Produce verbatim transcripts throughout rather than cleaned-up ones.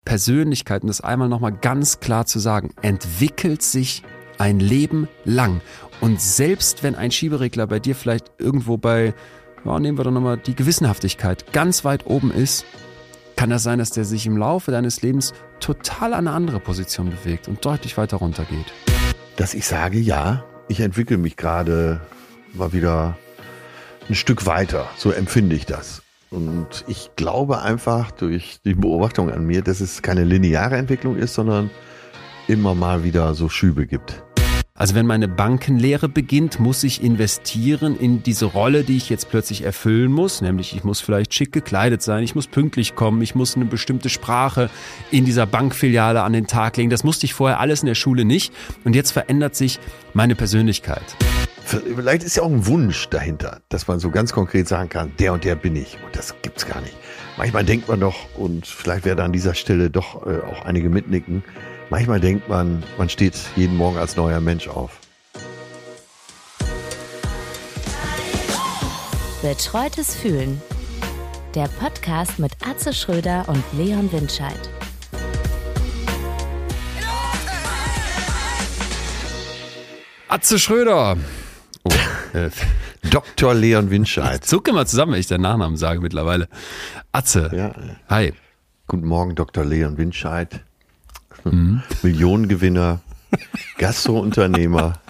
Persönlichkeit, und das einmal nochmal ganz klar zu sagen, entwickelt sich ein Leben lang. Und selbst wenn ein Schieberegler bei dir vielleicht irgendwo bei, ja, nehmen wir doch nochmal die Gewissenhaftigkeit, ganz weit oben ist, kann das sein, dass der sich im Laufe deines Lebens total an eine andere Position bewegt und deutlich weiter runter geht. Dass ich sage, ja, ich entwickle mich gerade mal wieder ein Stück weiter. So empfinde ich das. Und ich glaube einfach durch die Beobachtung an mir, dass es keine lineare Entwicklung ist, sondern immer mal wieder so Schübe gibt. Also wenn meine Bankenlehre beginnt, muss ich investieren in diese Rolle, die ich jetzt plötzlich erfüllen muss. Nämlich ich muss vielleicht schick gekleidet sein, ich muss pünktlich kommen, ich muss eine bestimmte Sprache in dieser Bankfiliale an den Tag legen. Das musste ich vorher alles in der Schule nicht. Und jetzt verändert sich meine Persönlichkeit. Vielleicht ist ja auch ein Wunsch dahinter, dass man so ganz konkret sagen kann, der und der bin ich. Und das gibt's gar nicht. Manchmal denkt man doch, und vielleicht werden an dieser Stelle doch äh, auch einige mitnicken, manchmal denkt man, man steht jeden Morgen als neuer Mensch auf. Betreutes Fühlen. Der Podcast mit Atze Schröder und Leon Winscheid. Atze Schröder. Oh, äh, Doktor Leon Winscheid. Ich zucke mal zusammen, wenn ich deinen Nachnamen sage mittlerweile. Atze. Ja. Hi. Guten Morgen, Doktor Leon Winscheid. Mhm. Millionengewinner, Gastrounternehmer.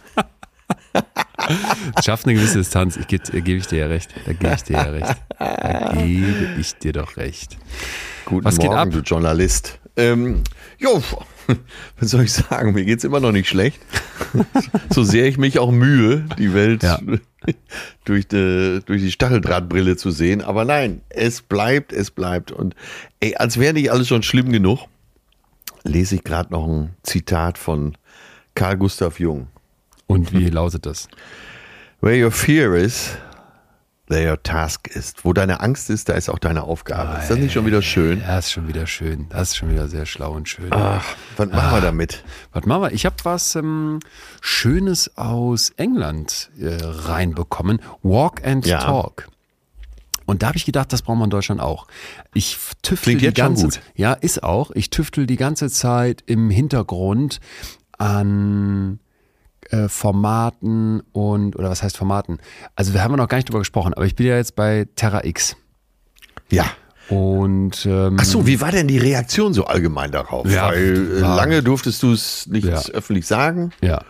Schafft eine gewisse Distanz, ich gebe, gebe ich dir ja recht. Da gebe ich dir ja recht. Da gebe ich dir doch recht. Guten Was geht Morgen, ab? du Journalist. Ähm, jo, was soll ich sagen? Mir geht's immer noch nicht schlecht. So sehr ich mich auch mühe, die Welt Ja. durch, die, durch die Stacheldrahtbrille zu sehen. Aber nein, es bleibt, es bleibt. Und ey, als wäre nicht alles schon schlimm genug, lese ich gerade noch ein Zitat von Carl Gustav Jung. Und wie lautet das? Where your fear is, there your task is. Wo deine Angst ist, da ist auch deine Aufgabe. Ist das nicht schon wieder schön? Ja, ist schon wieder schön. Das ist schon wieder sehr schlau und schön. Ach, was machen Ah. wir damit? Was machen wir? Ich habe was ähm, Schönes aus England äh, reinbekommen. Walk and Ja. Talk. Und da habe ich gedacht, das brauchen wir in Deutschland auch. Ich tüftel Klingt die jetzt schon ganze gut. Ja, ist auch. Ich tüftel die ganze Zeit im Hintergrund an äh, Formaten und, oder was heißt Formaten? Also wir haben noch gar nicht drüber gesprochen, aber ich bin ja jetzt bei Terra X. Ja. Und ähm, Ach so, wie war denn die Reaktion so allgemein darauf? Ja, Weil äh, war- lange durftest du es nicht Ja. öffentlich sagen. ja.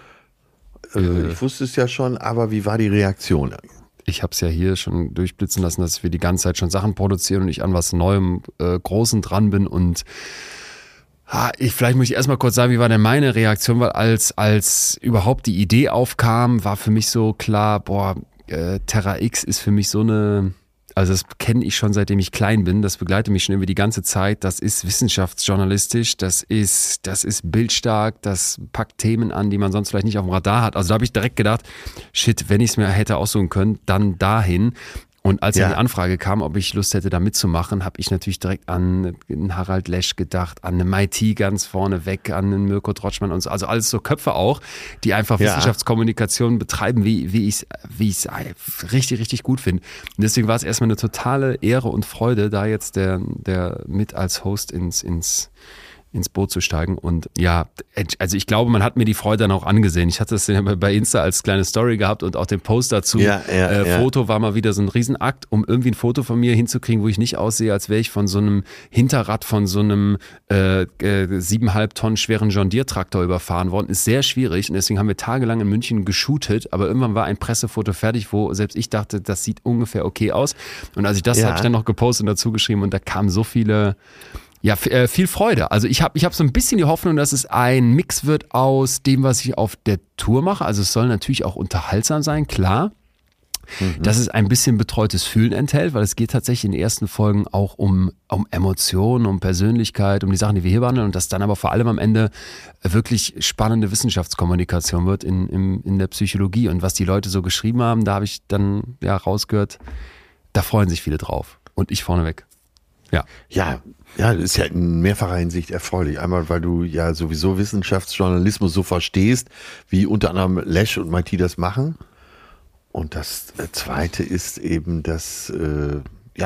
Äh, ich wusste es ja schon, aber wie war die Reaktion? Ich habe es ja hier schon durchblitzen lassen, dass wir die ganze Zeit schon Sachen produzieren und ich an was Neuem, äh, Großen dran bin. Und ha, ich, vielleicht muss ich erstmal kurz sagen, wie war denn meine Reaktion, weil als, als überhaupt die Idee aufkam, war für mich so klar, boah, äh, Terra X ist für mich so eine, also das kenne ich schon seitdem ich klein bin, das begleitet mich schon irgendwie die ganze Zeit, das ist wissenschaftsjournalistisch, das ist, das ist bildstark, das packt Themen an, die man sonst vielleicht nicht auf dem Radar hat. Also da habe ich direkt gedacht, shit, wenn ich es mir hätte aussuchen können, dann dahin. Und als Ja. dann die Anfrage kam, ob ich Lust hätte, da mitzumachen, habe ich natürlich direkt an einen Harald Lesch gedacht, an einen M I T ganz vorne weg, an einen Mirko Trotschmann und so. Also alles so Köpfe auch, die einfach Ja. Wissenschaftskommunikation betreiben, wie, wie ich es wie ich's richtig, richtig gut finde. Und deswegen war es erstmal eine totale Ehre und Freude, da jetzt der, der mit als Host ins, ins ins Boot zu steigen. Und ja, also ich glaube, man hat mir die Freude dann auch angesehen. Ich hatte das ja bei Insta als kleine Story gehabt und auch den Post dazu. Ja, ja, äh, ja. Foto war mal wieder so ein Riesenakt, um irgendwie ein Foto von mir hinzukriegen, wo ich nicht aussehe, als wäre ich von so einem Hinterrad von so einem äh, äh, siebeneinhalb Tonnen schweren John Deere Traktor überfahren worden. Ist sehr schwierig und deswegen haben wir tagelang in München geshootet, aber irgendwann war ein Pressefoto fertig, wo selbst ich dachte, das sieht ungefähr okay aus. Und als ich das Ja. habe ich dann noch gepostet und dazu geschrieben und da kamen so viele Ja, f- äh, viel Freude. Also ich habe ich hab so ein bisschen die Hoffnung, dass es ein Mix wird aus dem, was ich auf der Tour mache. Also es soll natürlich auch unterhaltsam sein, klar. Mhm. Dass es ein bisschen betreutes Fühlen enthält, weil es geht tatsächlich in den ersten Folgen auch um, um Emotionen, um Persönlichkeit, um die Sachen, die wir hier behandeln und dass dann aber vor allem am Ende wirklich spannende Wissenschaftskommunikation wird in, in, in der Psychologie. Und was die Leute so geschrieben haben, da habe ich dann ja rausgehört, da freuen sich viele drauf. Und ich vorneweg. Ja. Ja, ja, das ist ja in mehrfacher Hinsicht erfreulich. Einmal, weil du ja sowieso Wissenschaftsjournalismus so verstehst, wie unter anderem Lesch und M I T das machen. Und das Zweite ist eben, dass, äh, ja,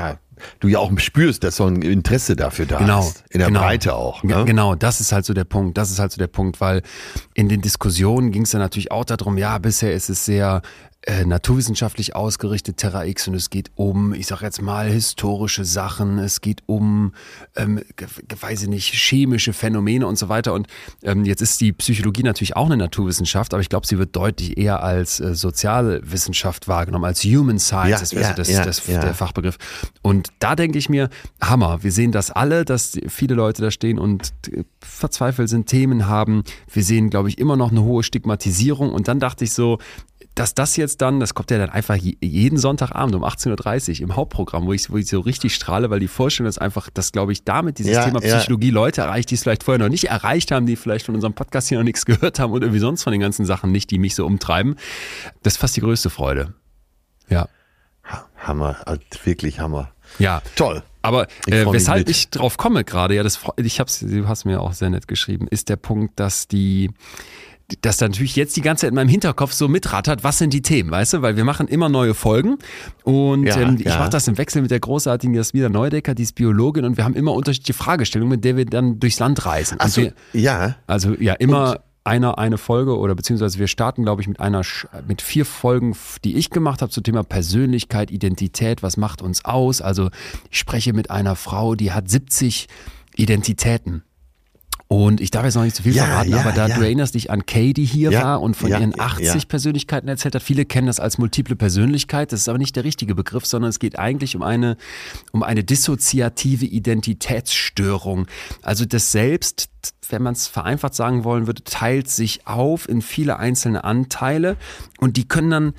du ja auch spürst, dass so ein Interesse dafür da Genau, ist. In der genau. Breite auch. Ne? Ja, genau, das ist halt so der Punkt. Das ist halt so der Punkt, weil in den Diskussionen ging es ja natürlich auch darum, ja, bisher ist es sehr äh, naturwissenschaftlich ausgerichtet, Terra X, und es geht um, ich sag jetzt mal, historische Sachen, es geht um, ähm, ge- ge- weiß ich nicht, chemische Phänomene und so weiter. Und ähm, jetzt ist die Psychologie natürlich auch eine Naturwissenschaft, aber ich glaube, sie wird deutlich eher als äh, Sozialwissenschaft wahrgenommen, als Human Science, Ja, das wäre ja, so das, ja, das, ja. der Fachbegriff. Und da denke ich mir, Hammer, wir sehen das alle, dass viele Leute da stehen und äh, verzweifelt sind, Themen haben. Wir sehen, glaube ich, immer noch eine hohe Stigmatisierung. Und dann dachte ich so, dass das jetzt dann, das kommt ja dann einfach je- jeden Sonntagabend um achtzehn Uhr dreißig im Hauptprogramm, wo ich, wo ich so richtig strahle, weil die Vorstellung ist einfach, dass, glaube ich, damit dieses Ja, Thema ja. Psychologie Leute erreicht, die es vielleicht vorher noch nicht erreicht haben, die vielleicht von unserem Podcast hier noch nichts gehört haben und irgendwie sonst von den ganzen Sachen nicht, die mich so umtreiben. Das ist fast die größte Freude. Ja. Ha- Hammer, also wirklich Hammer. Ja. Toll. Aber Ich äh, freu mich weshalb mit. ich drauf komme gerade, ja, das, fre- ich hab's, du hast mir auch sehr nett geschrieben, ist der Punkt, dass die, dass da natürlich jetzt die ganze Zeit in meinem Hinterkopf so mitrattert, was sind die Themen, weißt du, weil wir machen immer neue Folgen und Ja, ähm, ich ja. mache das im Wechsel mit der großartigen Jasmina Neudecker, die ist Biologin, und wir haben immer unterschiedliche Fragestellungen, mit der wir dann durchs Land reisen. Und Achso, wir, ja. also ja, immer Und- einer eine Folge, oder beziehungsweise wir starten, glaube ich, mit einer Sch- mit vier Folgen, die ich gemacht habe zum Thema Persönlichkeit, Identität, was macht uns aus. Also ich spreche mit einer Frau, die hat siebzig Identitäten. Und ich darf jetzt noch nicht zu viel Ja, verraten, ja, aber da ja. du erinnerst dich an Kay, die hier Ja, war und von ja, ihren ja. achtzig Persönlichkeiten erzählt hat. Viele kennen das als multiple Persönlichkeit. Das ist aber nicht der richtige Begriff, sondern es geht eigentlich um eine, um eine dissoziative Identitätsstörung. Also das Selbst, wenn man es vereinfacht sagen wollen würde, teilt sich auf in viele einzelne Anteile, und die können dann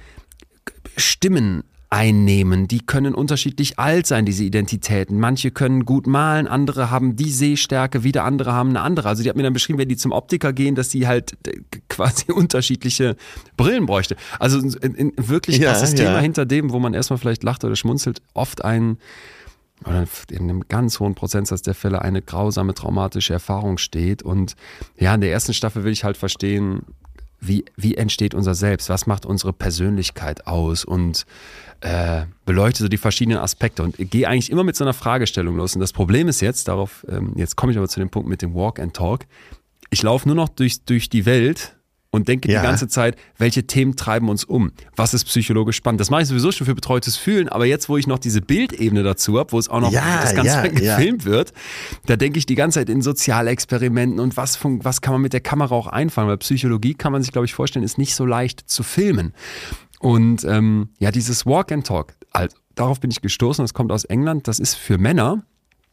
Stimmen einnehmen. Die können unterschiedlich alt sein, diese Identitäten. Manche können gut malen, andere haben die Sehstärke, wieder andere haben eine andere. Also die hat mir dann beschrieben, wenn die zum Optiker gehen, dass die halt äh, quasi unterschiedliche Brillen bräuchte. Also ein, ein wirklich Ja, krasses ja. Thema, hinter dem, wo man erstmal vielleicht lacht oder schmunzelt, oft ein, oder in einem ganz hohen Prozentsatz der Fälle eine grausame, traumatische Erfahrung steht. Und ja, in der ersten Staffel will ich halt verstehen, wie, wie entsteht unser Selbst, was macht unsere Persönlichkeit aus, und äh, beleuchte so die verschiedenen Aspekte und gehe eigentlich immer mit so einer Fragestellung los. Und das Problem ist jetzt, darauf, ähm, jetzt komme ich aber zu dem Punkt mit dem Walk and Talk, ich laufe nur noch durch, durch die Welt und denke Ja. die ganze Zeit, welche Themen treiben uns um? Was ist psychologisch spannend? Das mache ich sowieso schon für betreutes Fühlen, aber jetzt, wo ich noch diese Bildebene dazu habe, wo es auch noch Ja, das Ganze ja, ja. gefilmt wird, da denke ich die ganze Zeit in Sozialexperimenten und was, fun- was kann man mit der Kamera auch einfangen, weil Psychologie, kann man sich, glaube ich, vorstellen, ist nicht so leicht zu filmen. Und ähm, ja, dieses Walk and Talk, also, darauf bin ich gestoßen, das kommt aus England, das ist für Männer,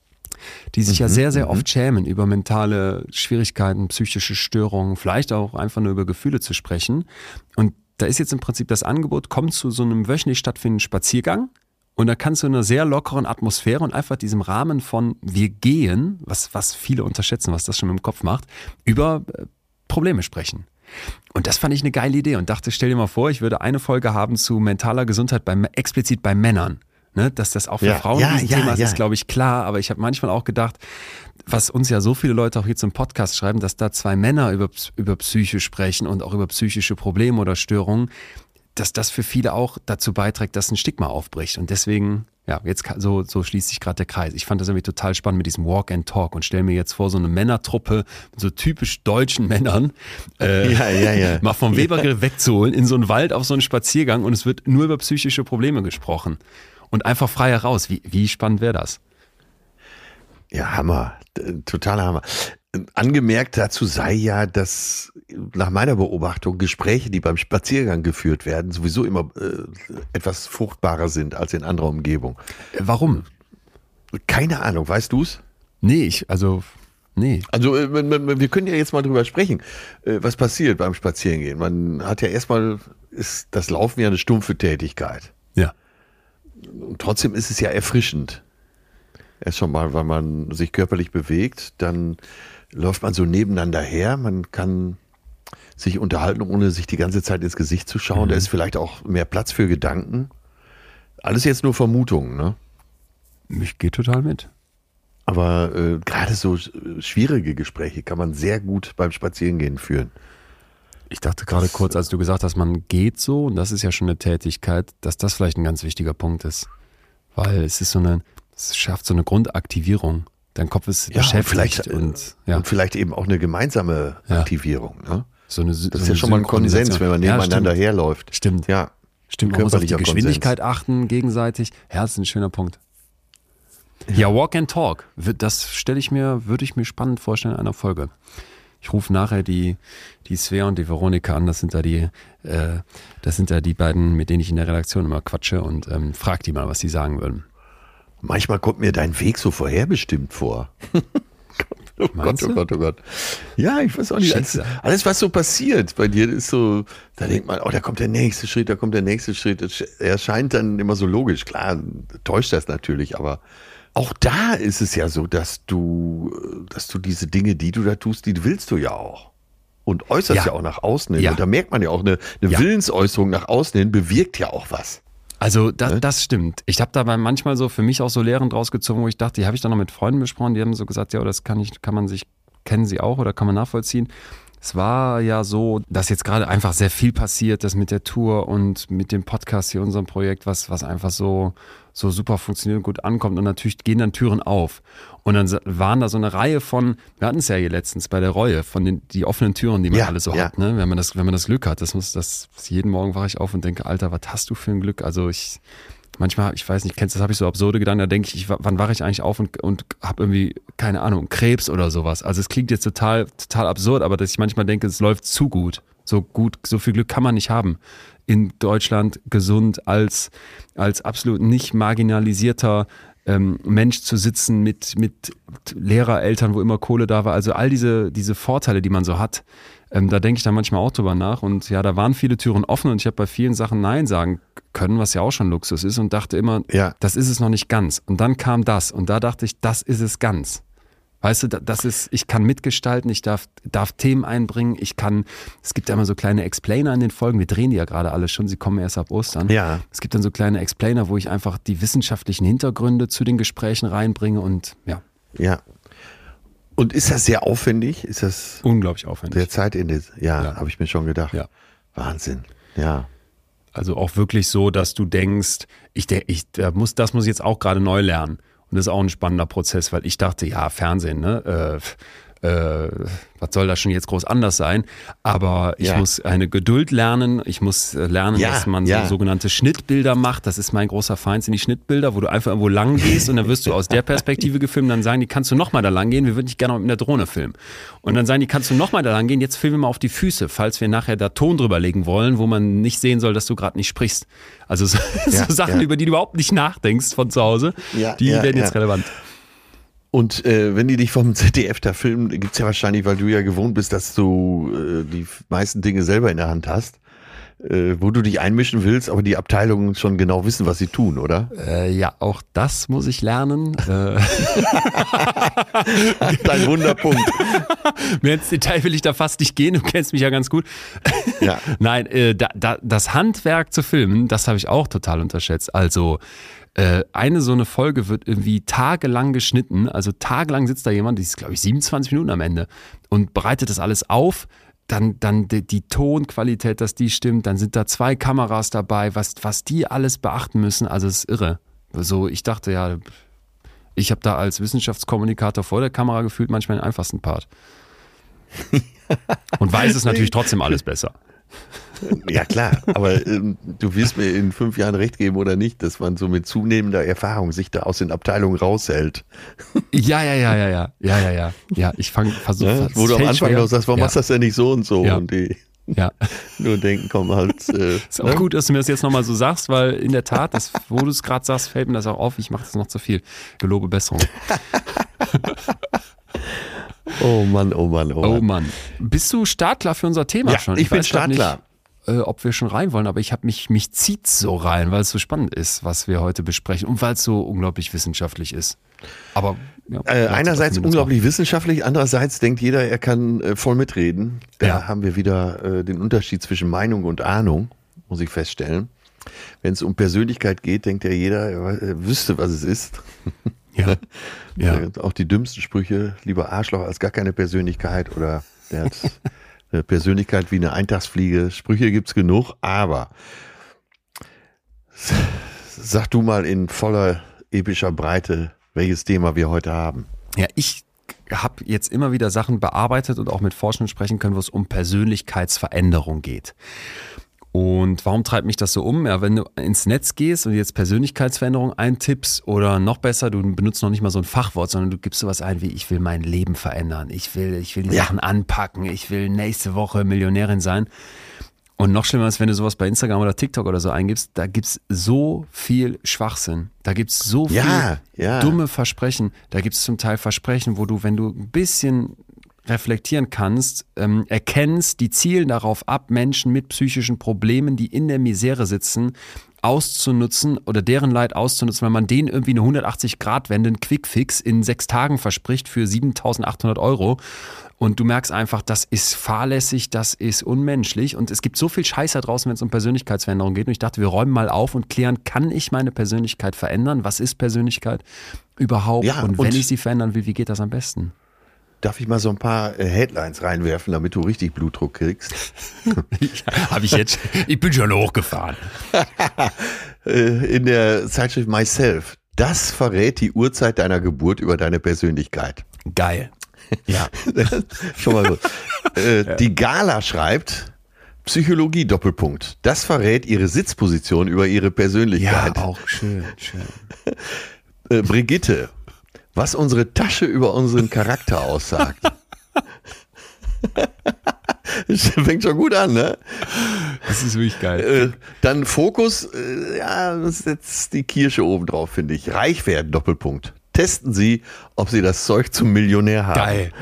die sich ja sehr, sehr oft schämen, über mentale Schwierigkeiten, psychische Störungen, vielleicht auch einfach nur über Gefühle zu sprechen. Und da ist jetzt im Prinzip das Angebot, komm zu so einem wöchentlich stattfindenden Spaziergang, und da kannst du in einer sehr lockeren Atmosphäre und einfach diesem Rahmen von wir gehen, was, was viele unterschätzen, was das schon im Kopf macht, über äh, Probleme sprechen. Und das fand ich eine geile Idee und dachte, stell dir mal vor, ich würde eine Folge haben zu mentaler Gesundheit bei, explizit bei Männern. Ne, dass das auch für Ja, Frauen ja, ein ja, Thema ist, ja. ist, glaube ich, klar. Aber ich habe manchmal auch gedacht, was uns ja so viele Leute auch hier zum Podcast schreiben, dass da zwei Männer über, über Psyche sprechen und auch über psychische Probleme oder Störungen, dass das für viele auch dazu beiträgt, dass ein Stigma aufbricht. Und deswegen, ja, jetzt ka- so, so schließt sich gerade der Kreis. Ich fand das irgendwie total spannend mit diesem Walk and Talk und stelle mir jetzt vor, so eine Männertruppe mit so typisch deutschen Männern äh, Ja, ja, ja. mal vom Webergrill wegzuholen, in so einen Wald auf so einen Spaziergang, und es wird nur über psychische Probleme gesprochen. Und einfach frei heraus. Wie, wie spannend wäre das? Ja, Hammer. D- Totaler Hammer. Angemerkt dazu sei ja, dass nach meiner Beobachtung Gespräche, die beim Spaziergang geführt werden, sowieso immer äh, etwas fruchtbarer sind als in anderer Umgebung. Äh, Warum? Keine Ahnung, weißt du's? Nee, ich, also, nee. Also äh, man- man- wir können ja jetzt mal drüber sprechen, äh, was passiert beim Spazierengehen. Man hat ja erstmal, ist das Laufen ja eine stumpfe Tätigkeit. Ja. Und trotzdem ist es ja erfrischend. Erst schon mal, weil man sich körperlich bewegt, dann läuft man so nebeneinander her. Man kann sich unterhalten, ohne sich die ganze Zeit ins Gesicht zu schauen. Da ist vielleicht auch mehr Platz für Gedanken. Alles jetzt nur Vermutungen, ne? Ich gehe total mit. Aber äh, gerade so sch- schwierige Gespräche kann man sehr gut beim Spazierengehen führen. Ich dachte gerade kurz, als du gesagt hast, man geht so, und das ist ja schon eine Tätigkeit, dass das vielleicht ein ganz wichtiger Punkt ist. Weil es ist so eine, es schafft so eine Grundaktivierung. Dein Kopf ist ja, beschäftigt. Und und, ja. und vielleicht eben auch eine gemeinsame Ja. Aktivierung. Ne? So eine, Das so ist eine ja schon mal ein Konsens, wenn man Ja, nebeneinander stimmt. herläuft. Stimmt. Ja, Stimmt, man muss auf die körperlicher Geschwindigkeit achten, gegenseitig. Ja, das ist ein schöner Punkt. Ja, Walk and Talk. Das stelle ich mir, würde ich mir spannend vorstellen in einer Folge. Ich rufe nachher die, die Svea und die Veronika an. Das sind da die, äh, das sind da die beiden, mit denen ich in der Redaktion immer quatsche und ähm, frag die mal, was sie sagen würden. Manchmal kommt mir dein Weg so vorherbestimmt vor. Oh Gott, Meinst oh du? Gott, oh Gott. Ja, ich weiß auch nicht. Alles, Schicksal. alles, was so passiert bei dir, ist so, da denkt man, oh, da kommt der nächste Schritt, da kommt der nächste Schritt. Es erscheint dann immer so logisch. Klar, täuscht das natürlich, aber auch da ist es ja so, dass du, dass du diese Dinge, die du da tust, die willst du ja auch. Und äußerst ja, Ja. auch nach außen hin. Ja. Und da merkt man ja auch, eine, eine Ja. Willensäußerung nach außen hin bewirkt ja auch was. Also das, Ne? das stimmt. Ich habe dabei manchmal so für mich auch so Lehren draus gezogen, wo ich dachte, die habe ich dann noch mit Freunden besprochen, die haben so gesagt, ja, das kann ich, kann man sich, kennen sie auch oder kann man nachvollziehen. Es war ja so, dass jetzt gerade einfach sehr viel passiert, das mit der Tour und mit dem Podcast hier, unserem Projekt, was, was einfach so, so super funktioniert und gut ankommt. Und natürlich gehen dann Türen auf. Und dann waren da so eine Reihe von, wir hatten es ja hier letztens bei der Reue, von den die offenen Türen, die man Ja, alle so ja. hat, ne? Wenn man das, wenn man das Glück hat. Das muss, das jeden Morgen wache ich auf und denke, Alter, was hast du für ein Glück? Also ich manchmal, ich weiß nicht, kennst du das, habe ich so absurde Gedanken, da denke ich, ich, wann wache ich eigentlich auf und, und habe irgendwie, keine Ahnung, Krebs oder sowas. Also es klingt jetzt total, total absurd, aber dass ich manchmal denke, es läuft zu gut. So gut, so viel Glück kann man nicht haben. In Deutschland gesund als, als absolut nicht marginalisierter ähm, Mensch zu sitzen mit, mit Lehrereltern, wo immer Kohle da war. Also all diese, diese Vorteile, die man so hat, ähm, da denke ich dann manchmal auch drüber nach. Und ja, da waren viele Türen offen und ich habe bei vielen Sachen Nein sagen können, was ja auch schon Luxus ist und dachte immer, Ja. das ist es noch nicht ganz. Und dann kam das und da dachte ich, das ist es ganz. Weißt du, das ist, ich kann mitgestalten, ich darf, darf Themen einbringen, ich kann, es gibt ja immer so kleine Explainer in den Folgen, wir drehen die ja gerade alle schon, sie kommen erst ab Ostern. Ja. Es gibt dann so kleine Explainer, wo ich einfach die wissenschaftlichen Hintergründe zu den Gesprächen reinbringe und ja, Ja. Und ist das sehr aufwendig? Ist das unglaublich aufwendig. sehr zeitintensiv? Ja, Ja. habe ich mir schon gedacht. Ja. Wahnsinn. Ja. Also auch wirklich so, dass du denkst, ich, de- ich da muss, das muss ich jetzt auch gerade neu lernen. Und das ist auch ein spannender Prozess, weil ich dachte, ja, Fernsehen, ne? Äh, äh, was soll da schon jetzt groß anders sein? Aber ich Ja. muss eine Geduld lernen. Ich muss äh, lernen, Ja, dass man ja. so sogenannte Schnittbilder macht. Das ist mein großer Feind, sind die Schnittbilder, wo du einfach irgendwo lang gehst und dann wirst du aus der Perspektive gefilmt. Dann sagen die, kannst du nochmal da lang gehen? Wir würden dich gerne mit einer Drohne filmen. Und dann sagen die, kannst du nochmal da lang gehen? Jetzt filmen wir mal auf die Füße, falls wir nachher da Ton drüber legen wollen, wo man nicht sehen soll, dass du gerade nicht sprichst. Also so, Ja, so Sachen, ja. über die du überhaupt nicht nachdenkst von zu Hause, Ja, die ja, werden jetzt ja. relevant. Und äh, wenn die dich vom Z D F da filmen, gibt's ja wahrscheinlich, weil du ja gewohnt bist, dass du äh, die meisten Dinge selber in der Hand hast, äh, wo du dich einmischen willst, aber die Abteilungen schon genau wissen, was sie tun, oder? Äh, ja, auch das muss ich lernen. Äh, Dein Wunderpunkt. mehr ins Detail will ich da fast nicht gehen, du kennst mich ja ganz gut. Ja. Nein, äh, da, da, das Handwerk zu filmen, das habe ich auch total unterschätzt. Also äh, eine so eine Folge wird irgendwie tagelang geschnitten, also tagelang sitzt da jemand, die ist glaube ich siebenundzwanzig Minuten am Ende und bereitet das alles auf. Dann, dann die, die Tonqualität, dass die stimmt, dann sind da zwei Kameras dabei, was, was die alles beachten müssen, also es ist irre. So, ich dachte ja, ich habe da als Wissenschaftskommunikator vor der Kamera gefühlt manchmal den einfachsten Part. Und weiß es natürlich trotzdem alles besser. Ja klar, aber ähm, du wirst mir in fünf Jahren recht geben oder nicht, dass man so mit zunehmender Erfahrung sich da aus den Abteilungen raushält. Ja, ja, ja, ja, ja, ja, ja, ja. Ja, ich fange versuche. Ne? Wo du am Anfang noch sagst, warum ja. machst du das denn nicht so und so? Ja. Und die Ja, nur denken, komm halt. Äh, ist auch gut, dass du mir das jetzt nochmal so sagst, weil in der Tat, das, wo du es gerade sagst, fällt mir das auch auf, ich mache das noch zu viel. Gelobe Besserung. Oh Mann, oh Mann, oh Mann. Oh Mann. Bist du startklar für unser Thema Ja, schon? ich bin weiß grad startklar. Nicht, äh, ob wir schon rein wollen, aber ich habe mich, mich zieht's so rein, weil es so spannend ist, was wir heute besprechen und weil es so unglaublich wissenschaftlich ist. Aber ja, Äh, einerseits trotzdem unglaublich wissenschaftlich, andererseits denkt jeder, er kann äh, voll mitreden. Da Ja. haben wir wieder äh, den Unterschied zwischen Meinung und Ahnung, muss ich feststellen. Wenn es um Persönlichkeit geht, denkt ja jeder, er, er wüsste, was es ist. Ja. Ja. Äh, auch die dümmsten Sprüche, lieber Arschloch als gar keine Persönlichkeit oder der hat eine Persönlichkeit wie eine Eintagsfliege. Sprüche gibt's genug, aber sag du mal in voller epischer Breite, welches Thema wir heute haben. Ja, ich habe jetzt immer wieder Sachen bearbeitet und auch mit Forschern sprechen können, wo es um Persönlichkeitsveränderung geht. Und warum treibt mich das so um? Ja, wenn du ins Netz gehst und jetzt Persönlichkeitsveränderung eintippst oder noch besser, du benutzt noch nicht mal so ein Fachwort, sondern du gibst sowas ein wie, ich will mein Leben verändern, ich will, ich will die Ja. Sachen anpacken, ich will nächste Woche Millionärin sein. Und noch schlimmer ist, wenn du sowas bei Instagram oder TikTok oder so eingibst, da gibt's so viel Schwachsinn. Da gibt's so viel Ja, ja. dumme Versprechen. Da gibt's zum Teil Versprechen, wo du, wenn du ein bisschen reflektieren kannst, ähm, erkennst, die zielen darauf ab, Menschen mit psychischen Problemen, die in der Misere sitzen, auszunutzen oder deren Leid auszunutzen, wenn man denen irgendwie eine hundertachtzig-Grad-Wende, einen Quickfix in sechs Tagen verspricht für siebentausendachthundert Euro. Und du merkst einfach, das ist fahrlässig, das ist unmenschlich. Und es gibt so viel Scheiß da draußen, wenn es um Persönlichkeitsveränderung geht. Und ich dachte, wir räumen mal auf und klären, kann ich meine Persönlichkeit verändern? Was ist Persönlichkeit überhaupt? Ja, und und- wenn ich sie verändern will, wie geht das am besten? Darf ich mal so ein paar äh, Headlines reinwerfen, damit du richtig Blutdruck kriegst? Habe ich jetzt, ich bin schon hochgefahren. Äh, in der Zeitschrift Myself. Das verrät die Uhrzeit deiner Geburt über deine Persönlichkeit. Geil. Ja. Schon mal gut. Äh, die Gala schreibt, Psychologie Doppelpunkt. Das verrät ihre Sitzposition über ihre Persönlichkeit. Ja, auch schön, schön. Äh, Brigitte, was unsere Tasche über unseren Charakter aussagt. Das fängt schon gut an, ne? Das ist wirklich geil. Äh, dann Fokus, äh, ja, das ist jetzt die Kirsche oben drauf, finde ich. Reich werden, Doppelpunkt. Testen Sie, ob Sie das Zeug zum Millionär haben. Geil.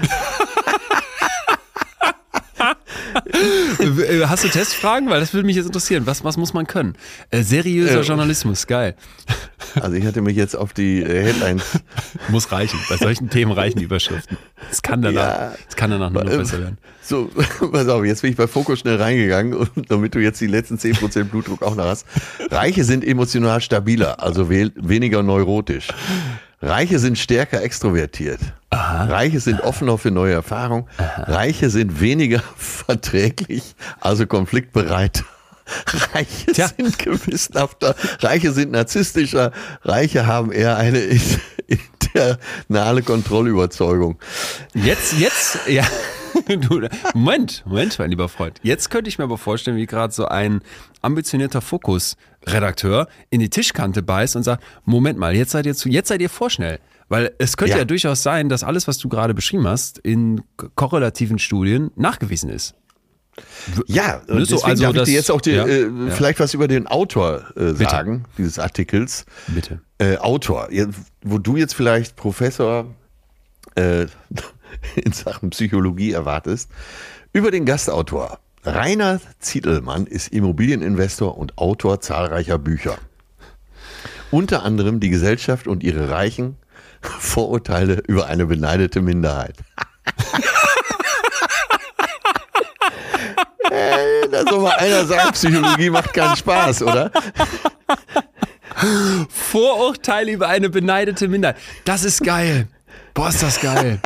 Hast du Testfragen? Weil das würde mich jetzt interessieren. Was, was muss man können? Äh, seriöser Äh, Journalismus, geil. Also ich hatte mich jetzt auf die äh, Headlines. Muss reichen. Bei solchen Themen reichen die Überschriften. Es kann danach, Ja. es kann danach nur noch Äh, besser werden. So, pass auf, jetzt bin ich bei Fokus schnell reingegangen, und damit du jetzt die letzten zehn Prozent Blutdruck auch noch hast. Reiche sind emotional stabiler, also we- weniger neurotisch. Reiche sind stärker extrovertiert. Aha. Reiche sind offener für neue Erfahrungen. Reiche sind weniger verträglich, also konfliktbereit. Reiche Tja. sind gewissenhafter. Reiche sind narzisstischer. Reiche haben eher eine internale Kontrollüberzeugung. Jetzt, jetzt, ja. Du, Moment, Moment, mein lieber Freund. Jetzt könnte ich mir aber vorstellen, wie gerade so ein ambitionierter Fokus-Redakteur in die Tischkante beißt und sagt, Moment mal, jetzt seid ihr zu, jetzt seid ihr vorschnell. Weil es könnte ja, Ja. durchaus sein, dass alles, was du gerade beschrieben hast, in k- korrelativen Studien nachgewiesen ist. Ja, Ne, und so, deswegen also darf ich das- dir jetzt auch die, ja, äh, ja. vielleicht was über den Autor äh, sagen, dieses Artikels. Bitte. Äh, Autor, ja, wo du jetzt vielleicht Professor äh, in Sachen Psychologie erwartest. Über den Gastautor. Rainer Zietelmann ist Immobilieninvestor und Autor zahlreicher Bücher. Unter anderem Die Gesellschaft und ihre Reichen, Vorurteile über eine beneidete Minderheit. Ey, da soll mal einer sagen, Psychologie macht keinen Spaß, oder? Vorurteile über eine beneidete Minderheit. Das ist geil. Boah, ist das geil.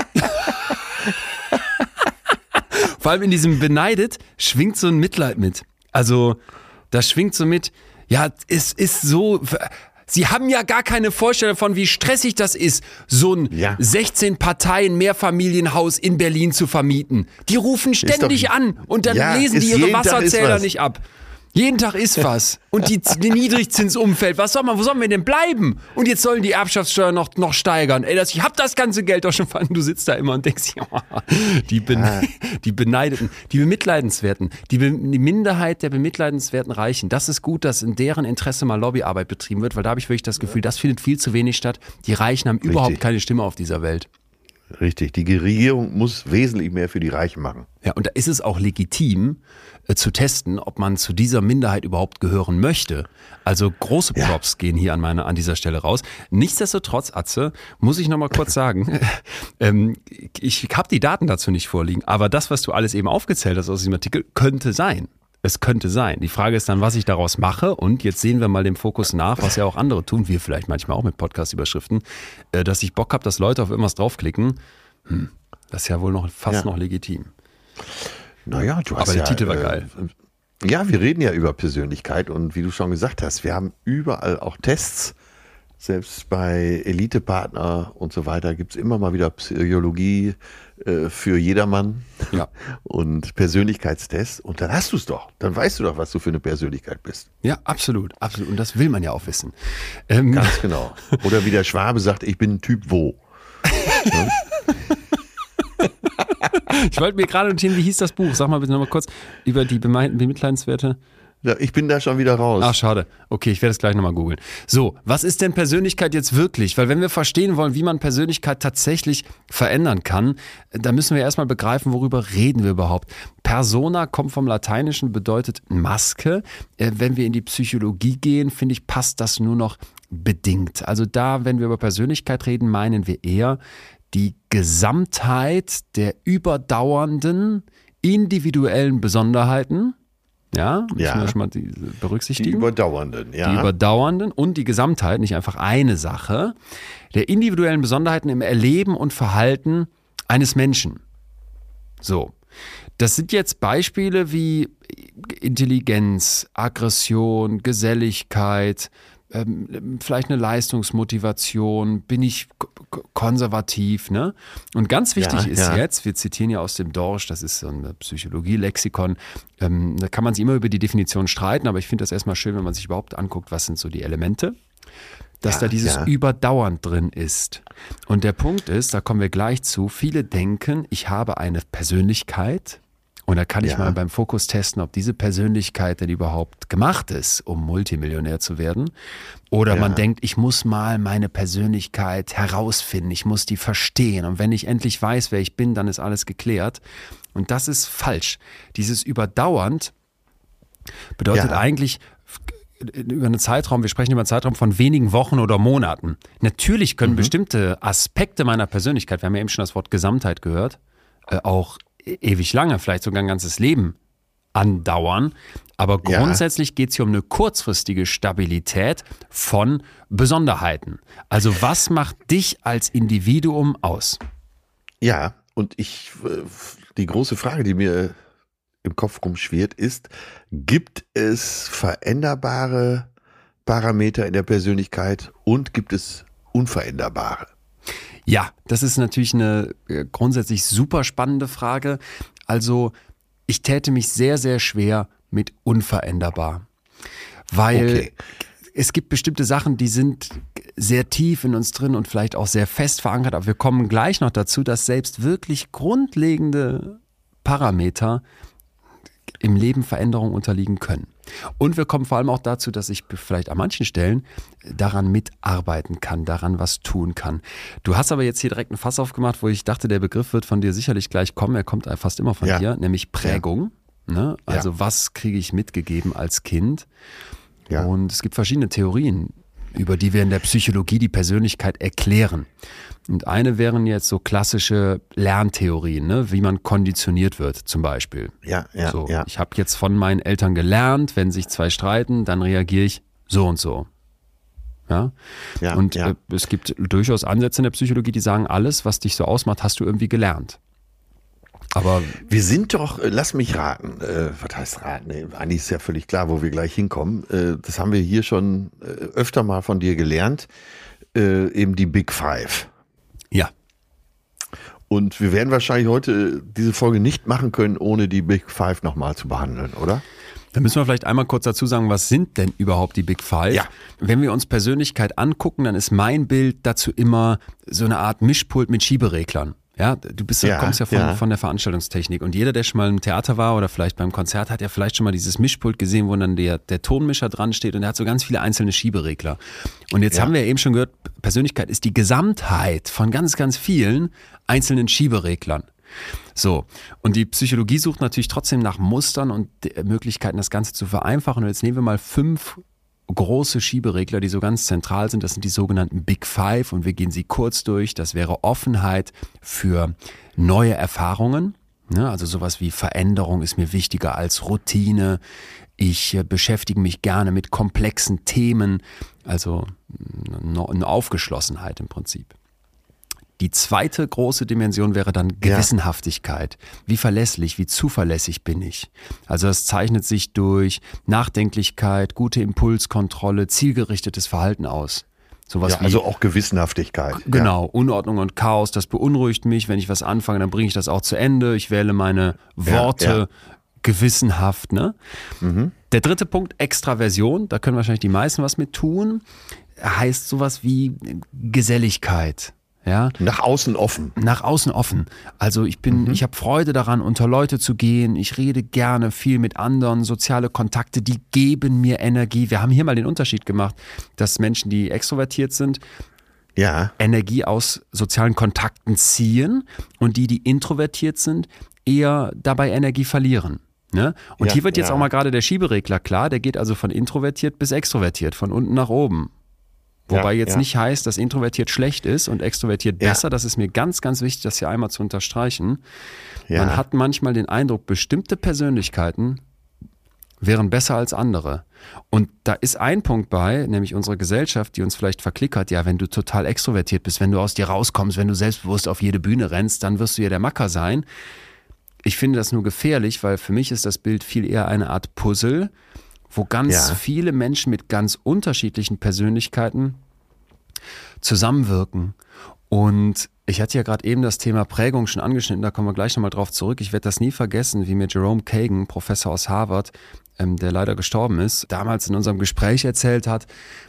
Vor allem in diesem beneidet schwingt so ein Mitleid mit. Also, da schwingt so mit, ja, es ist so, Sie haben ja gar keine Vorstellung von, wie stressig das ist, so ein Ja. sechzehn Parteien Mehrfamilienhaus in Berlin zu vermieten. Die rufen ständig doch- an und dann Ja, lesen die ist ihre jeden Tag ist Wasserzähler was. nicht ab. Jeden Tag ist was. Und die, die Niedrigzinsumfeld, was soll man, wo sollen wir denn bleiben? Und jetzt sollen die Erbschaftssteuer noch, noch steigern. Ey, das, ich hab das ganze Geld doch schon verloren. Du sitzt da immer und denkst, ja, die, ben, die Beneideten, die Bemitleidenswerten, die, Be, die Minderheit der bemitleidenswerten Reichen. Das ist gut, dass in deren Interesse mal Lobbyarbeit betrieben wird, weil da habe ich wirklich das Gefühl, das findet viel zu wenig statt. Die Reichen haben überhaupt keine Stimme auf dieser Welt. Richtig, die Regierung muss wesentlich mehr für die Reichen machen. Ja, und da ist es auch legitim äh, zu testen, ob man zu dieser Minderheit überhaupt gehören möchte. Also große Props ja. gehen hier an, meine, an dieser Stelle raus. Nichtsdestotrotz, Atze, muss ich noch mal kurz sagen, ähm, ich habe die Daten dazu nicht vorliegen, aber das, was du alles eben aufgezählt hast aus diesem Artikel, könnte sein. Es könnte sein. Die Frage ist dann, was ich daraus mache. Und jetzt sehen wir mal dem Fokus nach, was ja auch andere tun, wir vielleicht manchmal auch mit Podcast-Überschriften, äh, dass ich Bock habe, dass Leute auf irgendwas draufklicken. Hm, das ist ja wohl noch fast Ja. noch legitim. Naja, du hast Aber der ja, Titel war äh, geil. Ja, wir reden ja über Persönlichkeit und wie du schon gesagt hast, wir haben überall auch Tests, Selbst bei Elite-Partner und so weiter gibt es immer mal wieder Psychologie äh, für jedermann Ja. und Persönlichkeitstests. Und dann hast du es doch. Dann weißt du doch, was du für eine Persönlichkeit bist. Ja, absolut, absolut. Und das will man ja auch wissen. Ähm, Ganz genau. Oder wie der Schwabe sagt, ich bin ein Typ wo. Ne? Ich wollte mir gerade notieren, wie hieß das Buch? Sag mal bitte nochmal kurz über die bemeinten Bemitleidenswerte. Ja, ich bin da schon wieder raus. Ach, schade. Okay, ich werde es gleich nochmal googeln. So, was ist denn Persönlichkeit jetzt wirklich? Weil wenn wir verstehen wollen, wie man Persönlichkeit tatsächlich verändern kann, da müssen wir erstmal begreifen, worüber reden wir überhaupt. Persona kommt vom Lateinischen, bedeutet Maske. Äh, wenn wir in die Psychologie gehen, finde ich, passt das nur noch bedingt. Also da, wenn wir über Persönlichkeit reden, meinen wir eher die Gesamtheit der überdauernden individuellen Besonderheiten. Ja, müssen Ja. wir schon mal die Die berücksichtigen. überdauernden, ja. Die überdauernden und die Gesamtheit, nicht einfach eine Sache, der individuellen Besonderheiten im Erleben und Verhalten eines Menschen. So, das sind jetzt Beispiele wie Intelligenz, Aggression, Geselligkeit, ähm, vielleicht eine Leistungsmotivation, bin ich k- k- konservativ, ne? Und ganz wichtig Ja, ist ja. jetzt, wir zitieren ja aus dem Dorsch, das ist so ein Psychologie-Lexikon, ähm, da kann man sich immer über die Definition streiten, aber ich finde das erstmal schön, wenn man sich überhaupt anguckt, was sind so die Elemente, dass Ja, da dieses ja. überdauernd drin ist. Und der Punkt ist, da kommen wir gleich zu, viele denken, ich habe eine Persönlichkeit und da kann ich Ja. mal beim Fokus testen, ob diese Persönlichkeit denn überhaupt gemacht ist, um Multimillionär zu werden. Oder Ja. man denkt, ich muss mal meine Persönlichkeit herausfinden, ich muss die verstehen. Und wenn ich endlich weiß, wer ich bin, dann ist alles geklärt. Und das ist falsch. Dieses überdauernd bedeutet Ja. eigentlich über einen Zeitraum, wir sprechen über einen Zeitraum von wenigen Wochen oder Monaten. Natürlich können bestimmte Aspekte meiner Persönlichkeit, wir haben ja eben schon das Wort Gesamtheit gehört, äh, auch e- ewig lange, vielleicht sogar ein ganzes Leben andauern. Aber Ja. grundsätzlich geht es hier um eine kurzfristige Stabilität von Besonderheiten. Also was macht dich als Individuum aus? Ja, und ich, äh, die große Frage, die mir im Kopf rumschwirrt, ist, gibt es veränderbare Parameter in der Persönlichkeit und gibt es unveränderbare? Ja, das ist natürlich eine äh, grundsätzlich super spannende Frage. Also ich täte mich sehr, sehr schwer mit unveränderbar. Weil Okay. es gibt bestimmte Sachen, die sind sehr tief in uns drin und vielleicht auch sehr fest verankert. Aber wir kommen gleich noch dazu, dass selbst wirklich grundlegende Parameter im Leben Veränderungen unterliegen können. Und wir kommen vor allem auch dazu, dass ich vielleicht an manchen Stellen daran mitarbeiten kann, daran was tun kann. Du hast aber jetzt hier direkt ein Fass aufgemacht, wo ich dachte, der Begriff wird von dir sicherlich gleich kommen. Er kommt fast immer von Ja. dir, nämlich Prägung. Ne? Also Ja. was kriege ich mitgegeben als Kind? Ja. Und es gibt verschiedene Theorien, über die wir in der Psychologie die Persönlichkeit erklären. Und eine wären jetzt so klassische Lerntheorien, ne? Wie man konditioniert wird zum Beispiel. Ja, ja, so, ja. Ich habe jetzt von meinen Eltern gelernt, wenn sich zwei streiten, dann reagiere ich so und so. Ja? Ja, und ja. Äh, es gibt durchaus Ansätze in der Psychologie, die sagen, alles, was dich so ausmacht, hast du irgendwie gelernt. Aber Wir sind doch, äh, lass mich raten, äh, was heißt raten? Nee, eigentlich ist ja völlig klar, wo wir gleich hinkommen. Äh, das haben wir hier schon äh, öfter mal von dir gelernt, äh, eben die Big Five. ja, Und wir werden wahrscheinlich heute diese Folge nicht machen können, ohne die Big Five nochmal zu behandeln, oder? da müssen wir vielleicht einmal kurz dazu sagen, was sind denn überhaupt die Big Five? Ja. Wenn wir uns Persönlichkeit angucken, dann ist mein Bild dazu immer so eine Art Mischpult mit Schiebereglern. Ja, du bist, Ja, kommst ja von, ja. von der Veranstaltungstechnik und jeder, der schon mal im Theater war oder vielleicht beim Konzert, hat ja vielleicht schon mal dieses Mischpult gesehen, wo dann der, der Tonmischer dran steht und der hat so ganz viele einzelne Schieberegler. Und jetzt Ja. haben wir eben schon gehört, Persönlichkeit ist die Gesamtheit von ganz, ganz vielen einzelnen Schiebereglern. So, und die Psychologie sucht natürlich trotzdem nach Mustern und äh, Möglichkeiten, das Ganze zu vereinfachen. Und jetzt nehmen wir mal fünf große Schieberegler, die so ganz zentral sind. Das sind die sogenannten Big Five und wir gehen sie kurz durch. Das wäre Offenheit für neue Erfahrungen. Ne? Also sowas wie Veränderung ist mir wichtiger als Routine. Ich äh, beschäftige mich gerne mit komplexen Themen. Also äh, eine Aufgeschlossenheit im Prinzip. Die zweite große Dimension wäre dann Gewissenhaftigkeit. Wie verlässlich, wie zuverlässig bin ich? Also das zeichnet sich durch Nachdenklichkeit, gute Impulskontrolle, zielgerichtetes Verhalten aus. Sowas ja, wie, also auch Gewissenhaftigkeit. Genau, ja. Unordnung und Chaos, das beunruhigt mich. Wenn ich was anfange, dann bringe ich das auch zu Ende. Ich wähle meine Worte ja, ja. gewissenhaft. Ne? Mhm. Der dritte Punkt, Extraversion, da können wahrscheinlich die meisten was mit tun, heißt sowas wie Geselligkeit. Ja? Nach außen offen. Nach außen offen. Also ich bin, mhm. ich habe Freude daran, unter Leute zu gehen. Ich rede gerne viel mit anderen. Soziale Kontakte, die geben mir Energie. Wir haben hier mal den Unterschied gemacht, dass Menschen, die extrovertiert sind, ja. Energie aus sozialen Kontakten ziehen und die, die introvertiert sind, eher dabei Energie verlieren. Ne? Und ja, hier wird jetzt ja. auch mal gerade der Schieberegler klar. Der geht also von introvertiert bis extrovertiert, von unten nach oben. Wobei ja, jetzt ja. nicht heißt, dass introvertiert schlecht ist und extrovertiert ja. besser. Das ist mir ganz, ganz wichtig, das hier einmal zu unterstreichen. Ja. Man hat manchmal den Eindruck, bestimmte Persönlichkeiten wären besser als andere. Und da ist ein Punkt bei, nämlich unsere Gesellschaft, die uns vielleicht verklickert, ja, wenn du total extrovertiert bist, wenn du aus dir rauskommst, wenn du selbstbewusst auf jede Bühne rennst, dann wirst du ja der Macker sein. Ich finde das nur gefährlich, weil für mich ist das Bild viel eher eine Art Puzzle, wo ganz ja. viele Menschen mit ganz unterschiedlichen Persönlichkeiten zusammenwirken. Und ich hatte ja gerade eben das Thema Prägung schon angeschnitten, da kommen wir gleich nochmal drauf zurück. Ich werde das nie vergessen, wie mir Jerome Kagan, Professor aus Harvard, ähm, der leider gestorben ist, damals in unserem Gespräch erzählt hat,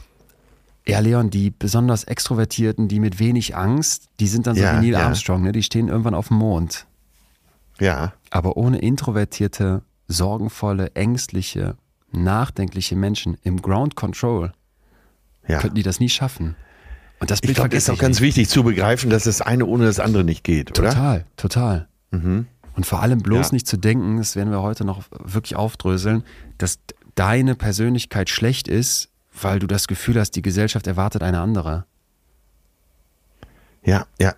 ja Leon, die besonders Extrovertierten, die mit wenig Angst, die sind dann so ja, wie Neil ja. Armstrong, ne? Die stehen irgendwann auf dem Mond. Ja. Aber ohne introvertierte, sorgenvolle, ängstliche, nachdenkliche Menschen im Ground Control ja. könnten die das nie schaffen. Und das Bild ich glaube, das ist auch ganz nicht. wichtig zu begreifen, dass das eine ohne das andere nicht geht, oder? Total, total. Mhm. Und vor allem bloß Ja. nicht zu denken, das werden wir heute noch wirklich aufdröseln, dass deine Persönlichkeit schlecht ist, weil du das Gefühl hast, die Gesellschaft erwartet eine andere. Ja, ja.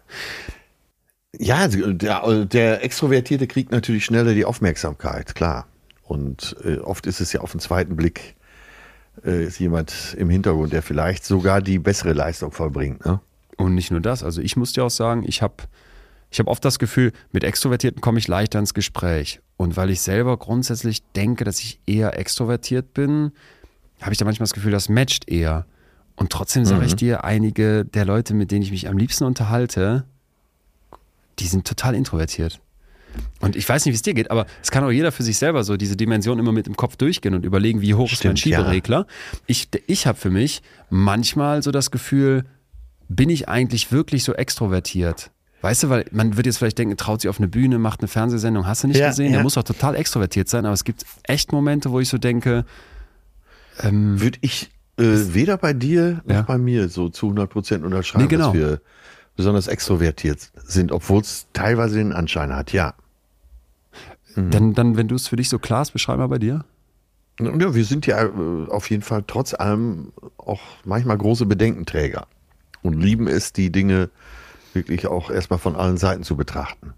Ja, der, der Extrovertierte kriegt natürlich schneller die Aufmerksamkeit, klar. Und äh, oft ist es ja auf den zweiten Blick äh, ist jemand im Hintergrund, der vielleicht sogar die bessere Leistung vollbringt. Ne? Und nicht nur das, also ich muss dir auch sagen, ich habe ich hab oft das Gefühl, mit Extrovertierten komme ich leichter ins Gespräch. Und weil ich selber grundsätzlich denke, dass ich eher extrovertiert bin, habe ich da manchmal das Gefühl, das matcht eher. Und trotzdem sage Mhm. ich dir, einige der Leute, mit denen ich mich am liebsten unterhalte, die sind total introvertiert. Und ich weiß nicht, wie es dir geht, aber es kann auch jeder für sich selber so diese Dimension immer mit im Kopf durchgehen und überlegen, wie hoch ist mein Stimmt, ja. Schieberegler. Ich, ich habe für mich manchmal so das Gefühl, bin ich eigentlich wirklich so extrovertiert? Weißt du, weil man wird jetzt vielleicht denken, traut sich auf eine Bühne, macht eine Fernsehsendung, hast du nicht Ja, gesehen? ja. Der muss doch total extrovertiert sein, aber es gibt echt Momente, wo ich so denke, ähm, Würde ich äh, weder bei dir noch Ja. bei mir so zu hundert Prozent unterschreiben, Nee, genau. dass wir besonders extrovertiert sind, obwohl es teilweise den Anschein hat, ja. dann, dann, wenn du es für dich so klar hast, beschreib mal bei dir. Ja, wir sind ja äh, auf jeden Fall trotz allem auch manchmal große Bedenkenträger und lieben es, die Dinge wirklich auch erstmal von allen Seiten zu betrachten.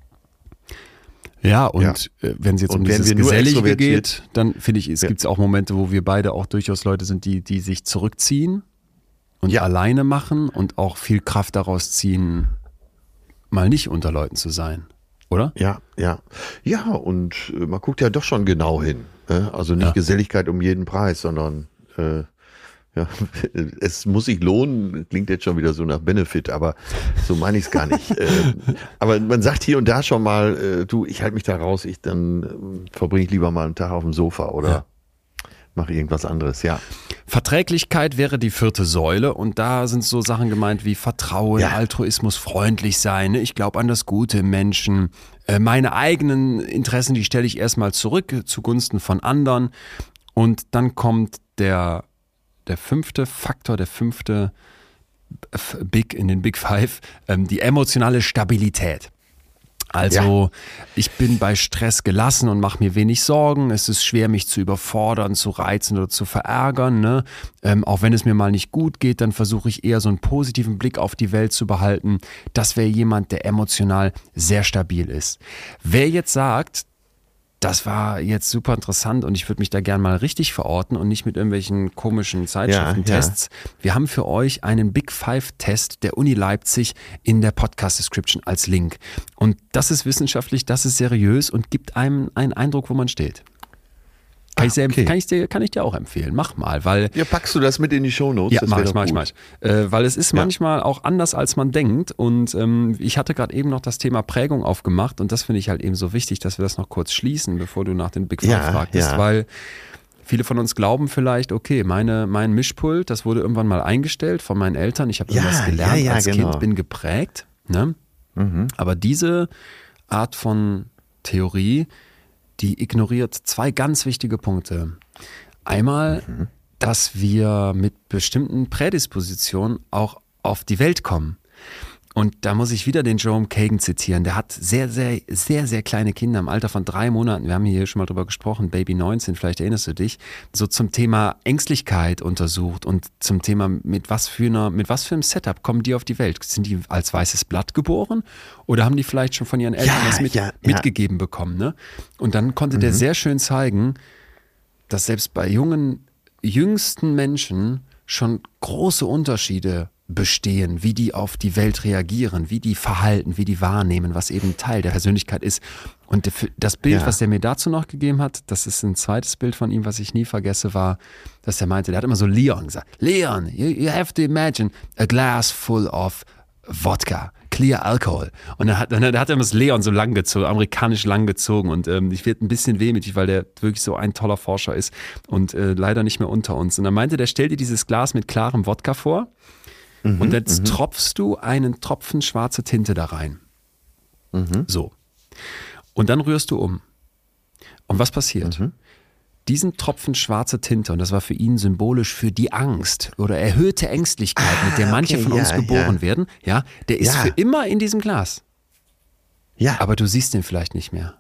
Ja, und äh, wenn es jetzt Und um wären dieses wir nur Gesellige extrovertiert- geht, dann finde ich, es Ja. gibt auch Momente, wo wir beide auch durchaus Leute sind, die, die sich zurückziehen und Ja. alleine machen und auch viel Kraft daraus ziehen, mal nicht unter Leuten zu sein, oder? Ja, ja. Ja, und äh, man guckt ja doch schon genau hin. Äh? Also nicht Ja. Geselligkeit um jeden Preis, sondern äh, ja, es muss sich lohnen, klingt jetzt schon wieder so nach Benefit, aber so meine ich es gar nicht. äh, aber man sagt hier und da schon mal, äh, du, ich halte mich da raus, ich dann äh, verbringe ich lieber mal einen Tag auf dem Sofa oder Ja. mache irgendwas anderes, ja. Verträglichkeit wäre die vierte Säule und da sind so Sachen gemeint wie Vertrauen, Ja. Altruismus, freundlich sein, ne? Ich glaube an das Gute im Menschen, äh, meine eigenen Interessen, die stelle ich erstmal zurück zugunsten von anderen und dann kommt der, der fünfte Faktor, der fünfte F- Big in den Big Five, ähm, die emotionale Stabilität. Also ich bin bei Stress gelassen und mache mir wenig Sorgen. Es ist schwer, mich zu überfordern, zu reizen oder zu verärgern. Ne? Ähm, auch wenn es mir mal nicht gut geht, dann versuche ich eher so einen positiven Blick auf die Welt zu behalten. Das wäre jemand, der emotional sehr stabil ist. Wer jetzt sagt, das war jetzt super interessant und ich würde mich da gern mal richtig verorten und nicht mit irgendwelchen komischen Zeitschriften-Tests. Wir haben für euch einen Big Five-Test der Uni Leipzig in der Podcast-Description als Link. Und das ist wissenschaftlich, das ist seriös und gibt einem einen Eindruck, wo man steht. Kann, ich sehr, okay. kann, ich dir, kann ich dir auch empfehlen. Mach mal, weil... Ja, packst du das mit in die Shownotes? Ja, das mach ich, mach ich, mach ich. Äh, weil es ist ja. manchmal auch anders, als man denkt. Und ähm, ich hatte gerade eben noch das Thema Prägung aufgemacht und das finde ich halt eben so wichtig, dass wir das noch kurz schließen, bevor du nach den Big Five ja, fragtest, ja. weil viele von uns glauben vielleicht, okay, meine, mein Mischpult, das wurde irgendwann mal eingestellt von meinen Eltern. Ich habe ja, irgendwas gelernt ja, ja, als genau. Kind, bin geprägt. Ne? Mhm. Aber diese Art von Theorie, die ignoriert zwei ganz wichtige Punkte. Einmal, mhm. dass wir mit bestimmten Prädispositionen auch auf die Welt kommen. Und da muss ich wieder den Jerome Kagan zitieren. Der hat sehr, sehr, sehr, sehr kleine Kinder im Alter von drei Monaten. Wir haben hier schon mal drüber gesprochen, Baby neunzehn, vielleicht erinnerst du dich, so zum Thema Ängstlichkeit untersucht und zum Thema, mit was für einer, mit was für einem Setup kommen die auf die Welt? Sind die als weißes Blatt geboren oder haben die vielleicht schon von ihren Eltern Ja, was mit, ja, ja. mitgegeben bekommen? Ne? Und dann konnte mhm. der sehr schön zeigen, dass selbst bei jungen, jüngsten Menschen schon große Unterschiede bestehen, wie die auf die Welt reagieren, wie die verhalten, wie die wahrnehmen, was eben Teil der Persönlichkeit ist. Und das Bild, ja. was der mir dazu noch gegeben hat, das ist ein zweites Bild von ihm, was ich nie vergesse, war, dass er meinte, der hat immer so Leon gesagt, Leon, you, you have to imagine a glass full of Wodka, clear alcohol. Und dann hat, dann hat er das Leon so lang gezogen, amerikanisch lang gezogen und ähm, ich werde ein bisschen wehmütig, weil der wirklich so ein toller Forscher ist und äh, leider nicht mehr unter uns. Und dann meinte der, stell dir dieses Glas mit klarem Wodka vor, Mhm, und jetzt mhm. tropfst du einen Tropfen schwarze Tinte da rein. Mhm. So. Und dann rührst du um. Und was passiert? Mhm. Diesen Tropfen schwarze Tinte, und das war für ihn symbolisch für die Angst oder erhöhte Ängstlichkeit, ah, mit der manche okay, von uns ja, geboren ja. werden, ja, der ist ja. für immer in diesem Glas. Ja. Aber du siehst den vielleicht nicht mehr.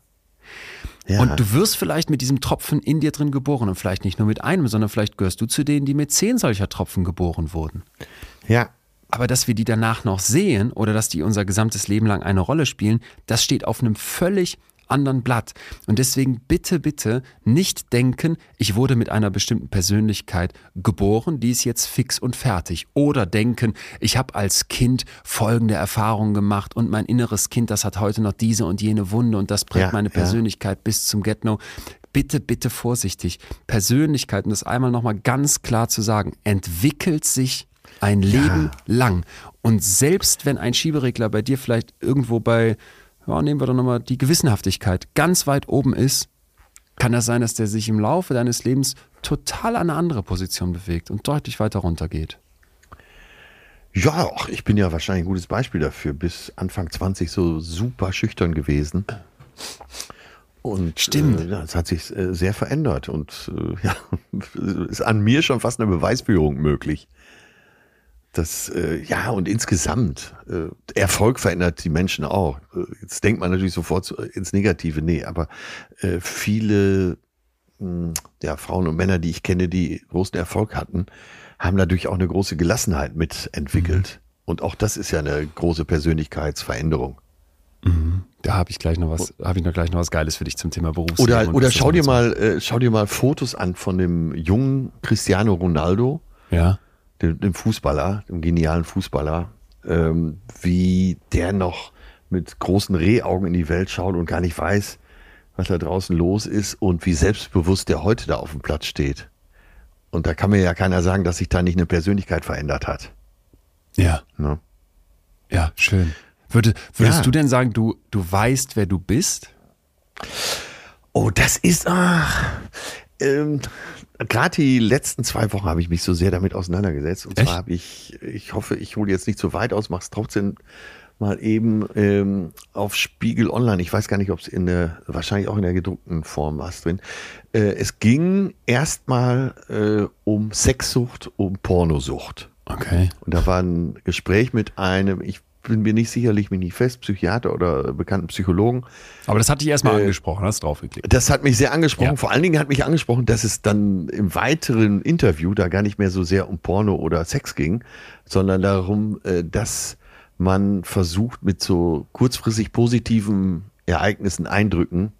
Ja. Und du wirst vielleicht mit diesem Tropfen in dir drin geboren und vielleicht nicht nur mit einem, sondern vielleicht gehörst du zu denen, die mit zehn solcher Tropfen geboren wurden. Ja. Aber dass wir die danach noch sehen oder dass die unser gesamtes Leben lang eine Rolle spielen, das steht auf einem völlig anderen Blatt. Und deswegen bitte, bitte nicht denken, ich wurde mit einer bestimmten Persönlichkeit geboren, die ist jetzt fix und fertig. Oder denken, ich habe als Kind folgende Erfahrungen gemacht und mein inneres Kind, das hat heute noch diese und jene Wunde und das prägt ja, meine Persönlichkeit ja. bis zum Get-No. Bitte, bitte vorsichtig. Persönlichkeit, und das einmal nochmal ganz klar zu sagen, entwickelt sich ein Leben ja. lang. Und selbst wenn ein Schieberegler bei dir vielleicht irgendwo bei, ja, nehmen wir doch nochmal die Gewissenhaftigkeit, ganz weit oben ist, kann das sein, dass der sich im Laufe deines Lebens total an eine andere Position bewegt und deutlich weiter runter geht. Ja, ach, ich bin ja wahrscheinlich ein gutes Beispiel dafür. Bis Anfang zwanzig so super schüchtern gewesen. Und Stimmt. Äh, das hat sich äh, sehr verändert und äh, ja, ist an mir schon fast eine Beweisführung möglich. Das, äh, ja, und insgesamt, äh, Erfolg verändert die Menschen auch. Äh, jetzt denkt man natürlich sofort ins Negative, nee, aber äh, viele mh, ja, Frauen und Männer, die ich kenne, die großen Erfolg hatten, haben dadurch auch eine große Gelassenheit mitentwickelt. Mhm. Und auch das ist ja eine große Persönlichkeitsveränderung. Mhm. Da habe ich gleich noch was, habe ich noch gleich noch was Geiles für dich zum Thema Berufsleben. Oder, oder schau dir mal, äh, schau dir mal Fotos an von dem jungen Cristiano Ronaldo. Ja. Dem, dem Fußballer, dem genialen Fußballer, ähm, wie der noch mit großen Rehaugen in die Welt schaut und gar nicht weiß, was da draußen los ist und wie selbstbewusst der heute da auf dem Platz steht. Und da kann mir ja keiner sagen, dass sich da nicht eine Persönlichkeit verändert hat. Ja. Ne? Ja, schön. Würde, würdest ja. du denn sagen, du, du weißt, wer du bist? Oh, das ist, ach, ähm, gerade die letzten zwei Wochen habe ich mich so sehr damit auseinandergesetzt. Und Echt? zwar habe ich, ich hoffe, ich hole jetzt nicht zu weit aus, mache es trotzdem mal eben ähm, auf Spiegel Online. Ich weiß gar nicht, ob es in der, wahrscheinlich auch in der gedruckten Form war es drin. Äh, es ging erstmal äh, um Sexsucht, um Pornosucht. Okay. Und da war ein Gespräch mit einem, ich bin mir nicht sicher, leg mich nicht fest, Psychiater oder bekannten Psychologen. Aber das hat dich erstmal äh, angesprochen, hast draufgeklickt. Das hat mich sehr angesprochen. Ja. Vor allen Dingen hat mich angesprochen, dass es dann im weiteren Interview da gar nicht mehr so sehr um Porno oder Sex ging, sondern darum, äh, dass man versucht, mit so kurzfristig positiven Ereignissen, Eindrücken,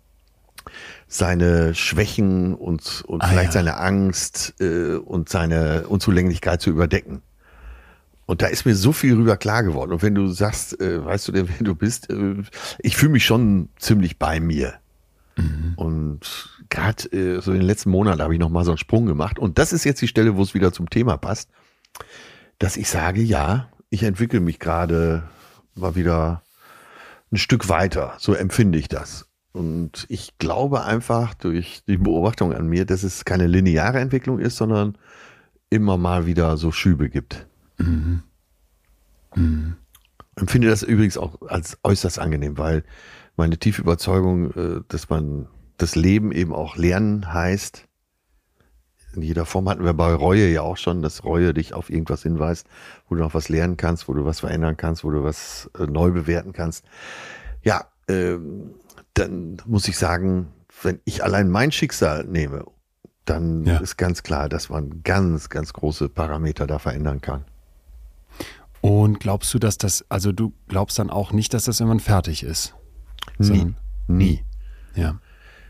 seine Schwächen und, und ah, vielleicht ja. seine Angst äh, und seine Unzulänglichkeit zu überdecken. Und da ist mir so viel rüber klar geworden. Und wenn du sagst, äh, weißt du denn, wer du bist, äh, ich fühle mich schon ziemlich bei mir. Mhm. Und gerade äh, so in den letzten Monaten habe ich nochmal so einen Sprung gemacht. Und das ist jetzt die Stelle, wo es wieder zum Thema passt, dass ich sage, ja, ich entwickle mich gerade mal wieder ein Stück weiter. So empfinde ich das. Und ich glaube einfach durch die Beobachtung an mir, dass es keine lineare Entwicklung ist, sondern immer mal wieder so Schübe gibt. Mhm. Mhm. Ich empfinde das übrigens auch als äußerst angenehm, weil meine tiefe Überzeugung, dass man das Leben eben auch lernen heißt, in jeder Form hatten wir bei Reue ja auch schon, dass Reue dich auf irgendwas hinweist, wo du noch was lernen kannst, wo du was verändern kannst, wo du was neu bewerten kannst. Ja, ähm, dann muss ich sagen, wenn ich allein mein Schicksal nehme, dann ja. ist ganz klar, dass man ganz, ganz große Parameter da verändern kann. Und glaubst du, dass das, also du glaubst dann auch nicht, dass das irgendwann fertig ist? Nie. Nie. Ja.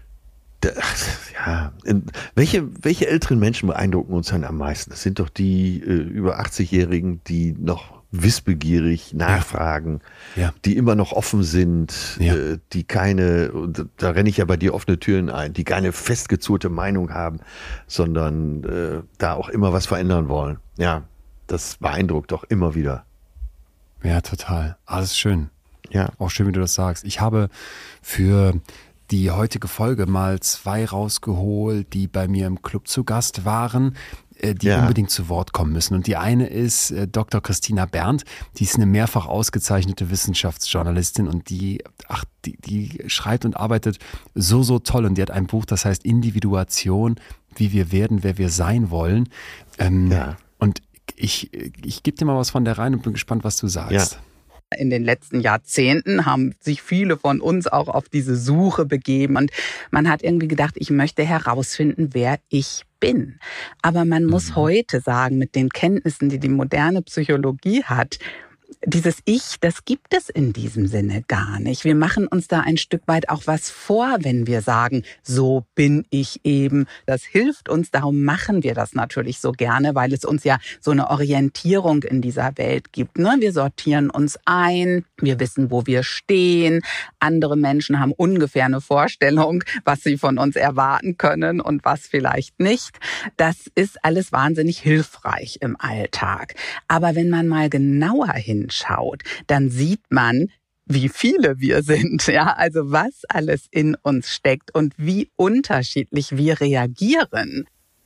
Ja, welche, welche älteren Menschen beeindrucken uns dann am meisten? Das sind doch die äh, über achtzig-Jährigen, die noch wissbegierig nachfragen, ja. die immer noch offen sind, ja. äh, die keine, da renne ich ja bei dir offene Türen ein, die keine festgezurrte Meinung haben, sondern äh, da auch immer was verändern wollen. Ja, das beeindruckt doch immer wieder. Ja, total. Alles schön. Ja. Auch schön, wie du das sagst. Ich habe für die heutige Folge mal zwei rausgeholt, die bei mir im Club zu Gast waren, die ja. unbedingt zu Wort kommen müssen. Und die eine ist äh, Doktor Christina Berndt, die ist eine mehrfach ausgezeichnete Wissenschaftsjournalistin und die, ach, die, die schreibt und arbeitet so, so toll. Und die hat ein Buch, das heißt Individuation, wie wir werden, wer wir sein wollen. Ähm, ja. Und ich, ich gebe dir mal was von der rein und bin gespannt, was du sagst. Ja. In den letzten Jahrzehnten haben sich viele von uns auch auf diese Suche begeben und man hat irgendwie gedacht, ich möchte herausfinden, wer ich bin. Aber man muss mhm. heute sagen, mit den Kenntnissen, die die moderne Psychologie hat, dieses Ich, das gibt es in diesem Sinne gar nicht. Wir machen uns da ein Stück weit auch was vor, wenn wir sagen, so bin ich eben. Das hilft uns, darum machen wir das natürlich so gerne, weil es uns ja so eine Orientierung in dieser Welt gibt. Ne? Wir sortieren uns ein, wir wissen, wo wir stehen. Andere Menschen haben ungefähr eine Vorstellung, was sie von uns erwarten können und was vielleicht nicht. Das ist alles wahnsinnig hilfreich im Alltag. Aber wenn man mal genauer hinschaut, dann sieht man, wie viele wir sind, ja, also was alles in uns steckt und wie unterschiedlich wir reagieren.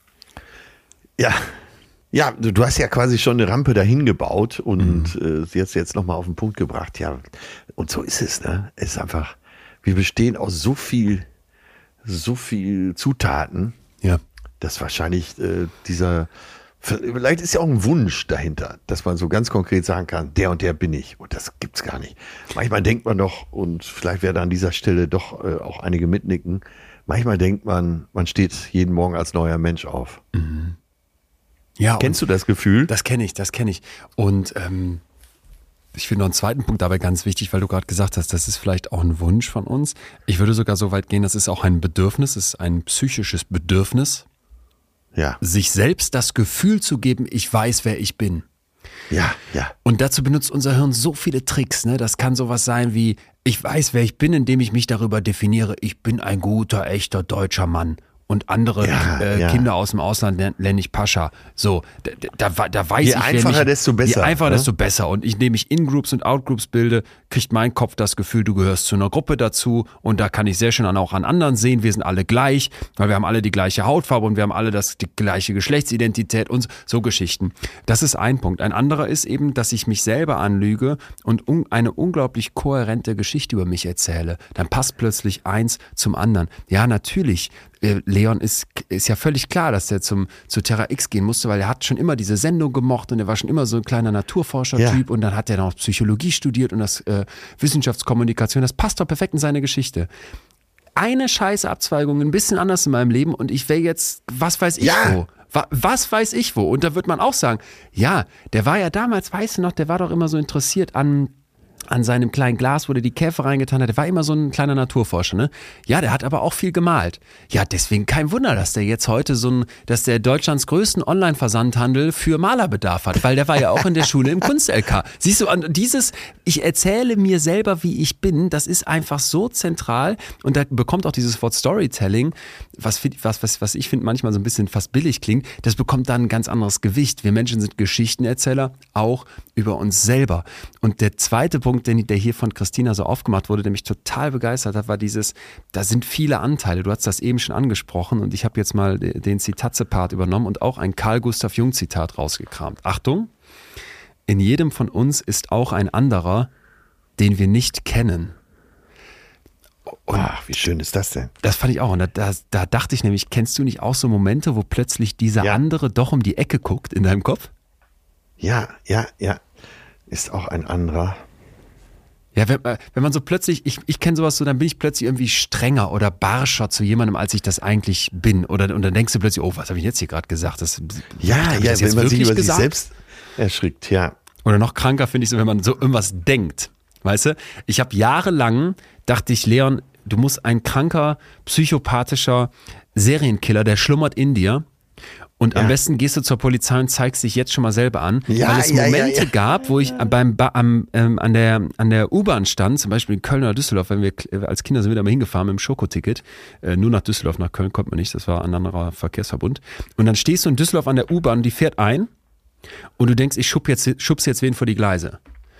Ja, ja, du, du hast ja quasi schon eine Rampe dahin gebaut und mhm. äh, sie hat es jetzt nochmal auf den Punkt gebracht, ja, und so ist es, ne, es ist einfach, wir bestehen aus so viel, so viel Zutaten, ja, dass wahrscheinlich äh, dieser Vielleicht ist ja auch ein Wunsch dahinter, dass man so ganz konkret sagen kann, der und der bin ich. Und das gibt's gar nicht. Manchmal denkt man doch, und vielleicht werden an dieser Stelle doch äh, auch einige mitnicken, manchmal denkt man, man steht jeden Morgen als neuer Mensch auf. Mhm. Ja, kennst du das Gefühl? Das kenne ich, das kenne ich. Und ähm, ich finde noch einen zweiten Punkt dabei ganz wichtig, weil du gerade gesagt hast, das ist vielleicht auch ein Wunsch von uns. Ich würde sogar so weit gehen, das ist auch ein Bedürfnis, es ist ein psychisches Bedürfnis. Ja. Sich selbst das Gefühl zu geben, ich weiß, wer ich bin. Ja, ja. Und dazu benutzt unser Hirn so viele Tricks. Ne? Das kann sowas sein wie, ich weiß, wer ich bin, indem ich mich darüber definiere, ich bin ein guter, echter deutscher Mann. Und andere ja, äh, ja. Kinder aus dem Ausland nenne ich Pascha. So, da, da, da weiß je ich, einfacher, mich, desto besser. Je einfacher, ne? desto besser. Und ich, indem ich In-Groups und Out-Groups bilde, kriegt mein Kopf das Gefühl, du gehörst zu einer Gruppe dazu. Und da kann ich sehr schön auch an anderen sehen, wir sind alle gleich, weil wir haben alle die gleiche Hautfarbe und wir haben alle das, die gleiche Geschlechtsidentität und so Geschichten. Das ist ein Punkt. Ein anderer ist eben, dass ich mich selber anlüge und un, eine unglaublich kohärente Geschichte über mich erzähle. Dann passt plötzlich eins zum anderen. Ja, natürlich. Leon ist, ist ja völlig klar, dass er zum, zu Terra X gehen musste, weil er hat schon immer diese Sendung gemocht und er war schon immer so ein kleiner Naturforscher-Typ ja. und dann hat er noch Psychologie studiert und das äh, Wissenschaftskommunikation, das passt doch perfekt in seine Geschichte. Eine scheiße Abzweigung, ein bisschen anders in meinem Leben und ich wäre jetzt, was weiß ich ja. wo. Was weiß ich wo? Und da wird man auch sagen, ja, der war ja damals, weißt du noch, der war doch immer so interessiert an an seinem kleinen Glas, wo der die Käfer reingetan hat. Der war immer so ein kleiner Naturforscher, ne? Ja, der hat aber auch viel gemalt. Ja, deswegen kein Wunder, dass der jetzt heute so ein, dass der Deutschlands größten Online-Versandhandel für Malerbedarf hat, weil der war ja auch in der Schule im Kunst-L K. Siehst du, an dieses, ich erzähle mir selber, wie ich bin, das ist einfach so zentral und da bekommt auch dieses Wort Storytelling, was, was, was, was ich finde manchmal so ein bisschen fast billig klingt, das bekommt dann ein ganz anderes Gewicht. Wir Menschen sind Geschichtenerzähler, auch über uns selber. Und der zweite Punkt, der hier von Christina so aufgemacht wurde, der mich total begeistert hat, war dieses, da sind viele Anteile. Du hast das eben schon angesprochen und ich habe jetzt mal den Zitatze-Part übernommen und auch ein Carl Gustav Jung-Zitat rausgekramt. Achtung, in jedem von uns ist auch ein anderer, den wir nicht kennen. Und ach, wie schön ist das denn? Das fand ich auch. Und da, da, da dachte ich nämlich, kennst du nicht auch so Momente, wo plötzlich dieser ja. andere doch um die Ecke guckt in deinem Kopf? Ja, ja, ja. Ist auch ein anderer. Ja, wenn, wenn man so plötzlich, ich, ich kenne sowas so, dann bin ich plötzlich irgendwie strenger oder barscher zu jemandem, als ich das eigentlich bin. Oder und dann denkst du plötzlich, oh, was habe ich jetzt hier gerade gesagt? Das, ja, ja, das wenn man sich über gesagt? sich selbst erschrickt, ja. Oder noch kranker finde ich so, wenn man so irgendwas denkt. Weißt du, ich habe jahrelang, dachte ich, Leon, du musst ein kranker, psychopathischer Serienkiller, der schlummert in dir. Und ja. am besten gehst du zur Polizei und zeigst dich jetzt schon mal selber an, ja, weil es ja, Momente ja, ja. gab, wo ich beim ba- am, ähm, an der, an der U-Bahn stand, zum Beispiel in Köln oder Düsseldorf, wenn wir als Kinder sind wir da mal hingefahren mit dem Schokoticket, äh, nur nach Düsseldorf, nach Köln kommt man nicht, das war ein anderer Verkehrsverbund. Und dann stehst du in Düsseldorf an der U-Bahn, die fährt ein und du denkst, ich schub jetzt, schub's jetzt wen vor die Gleise.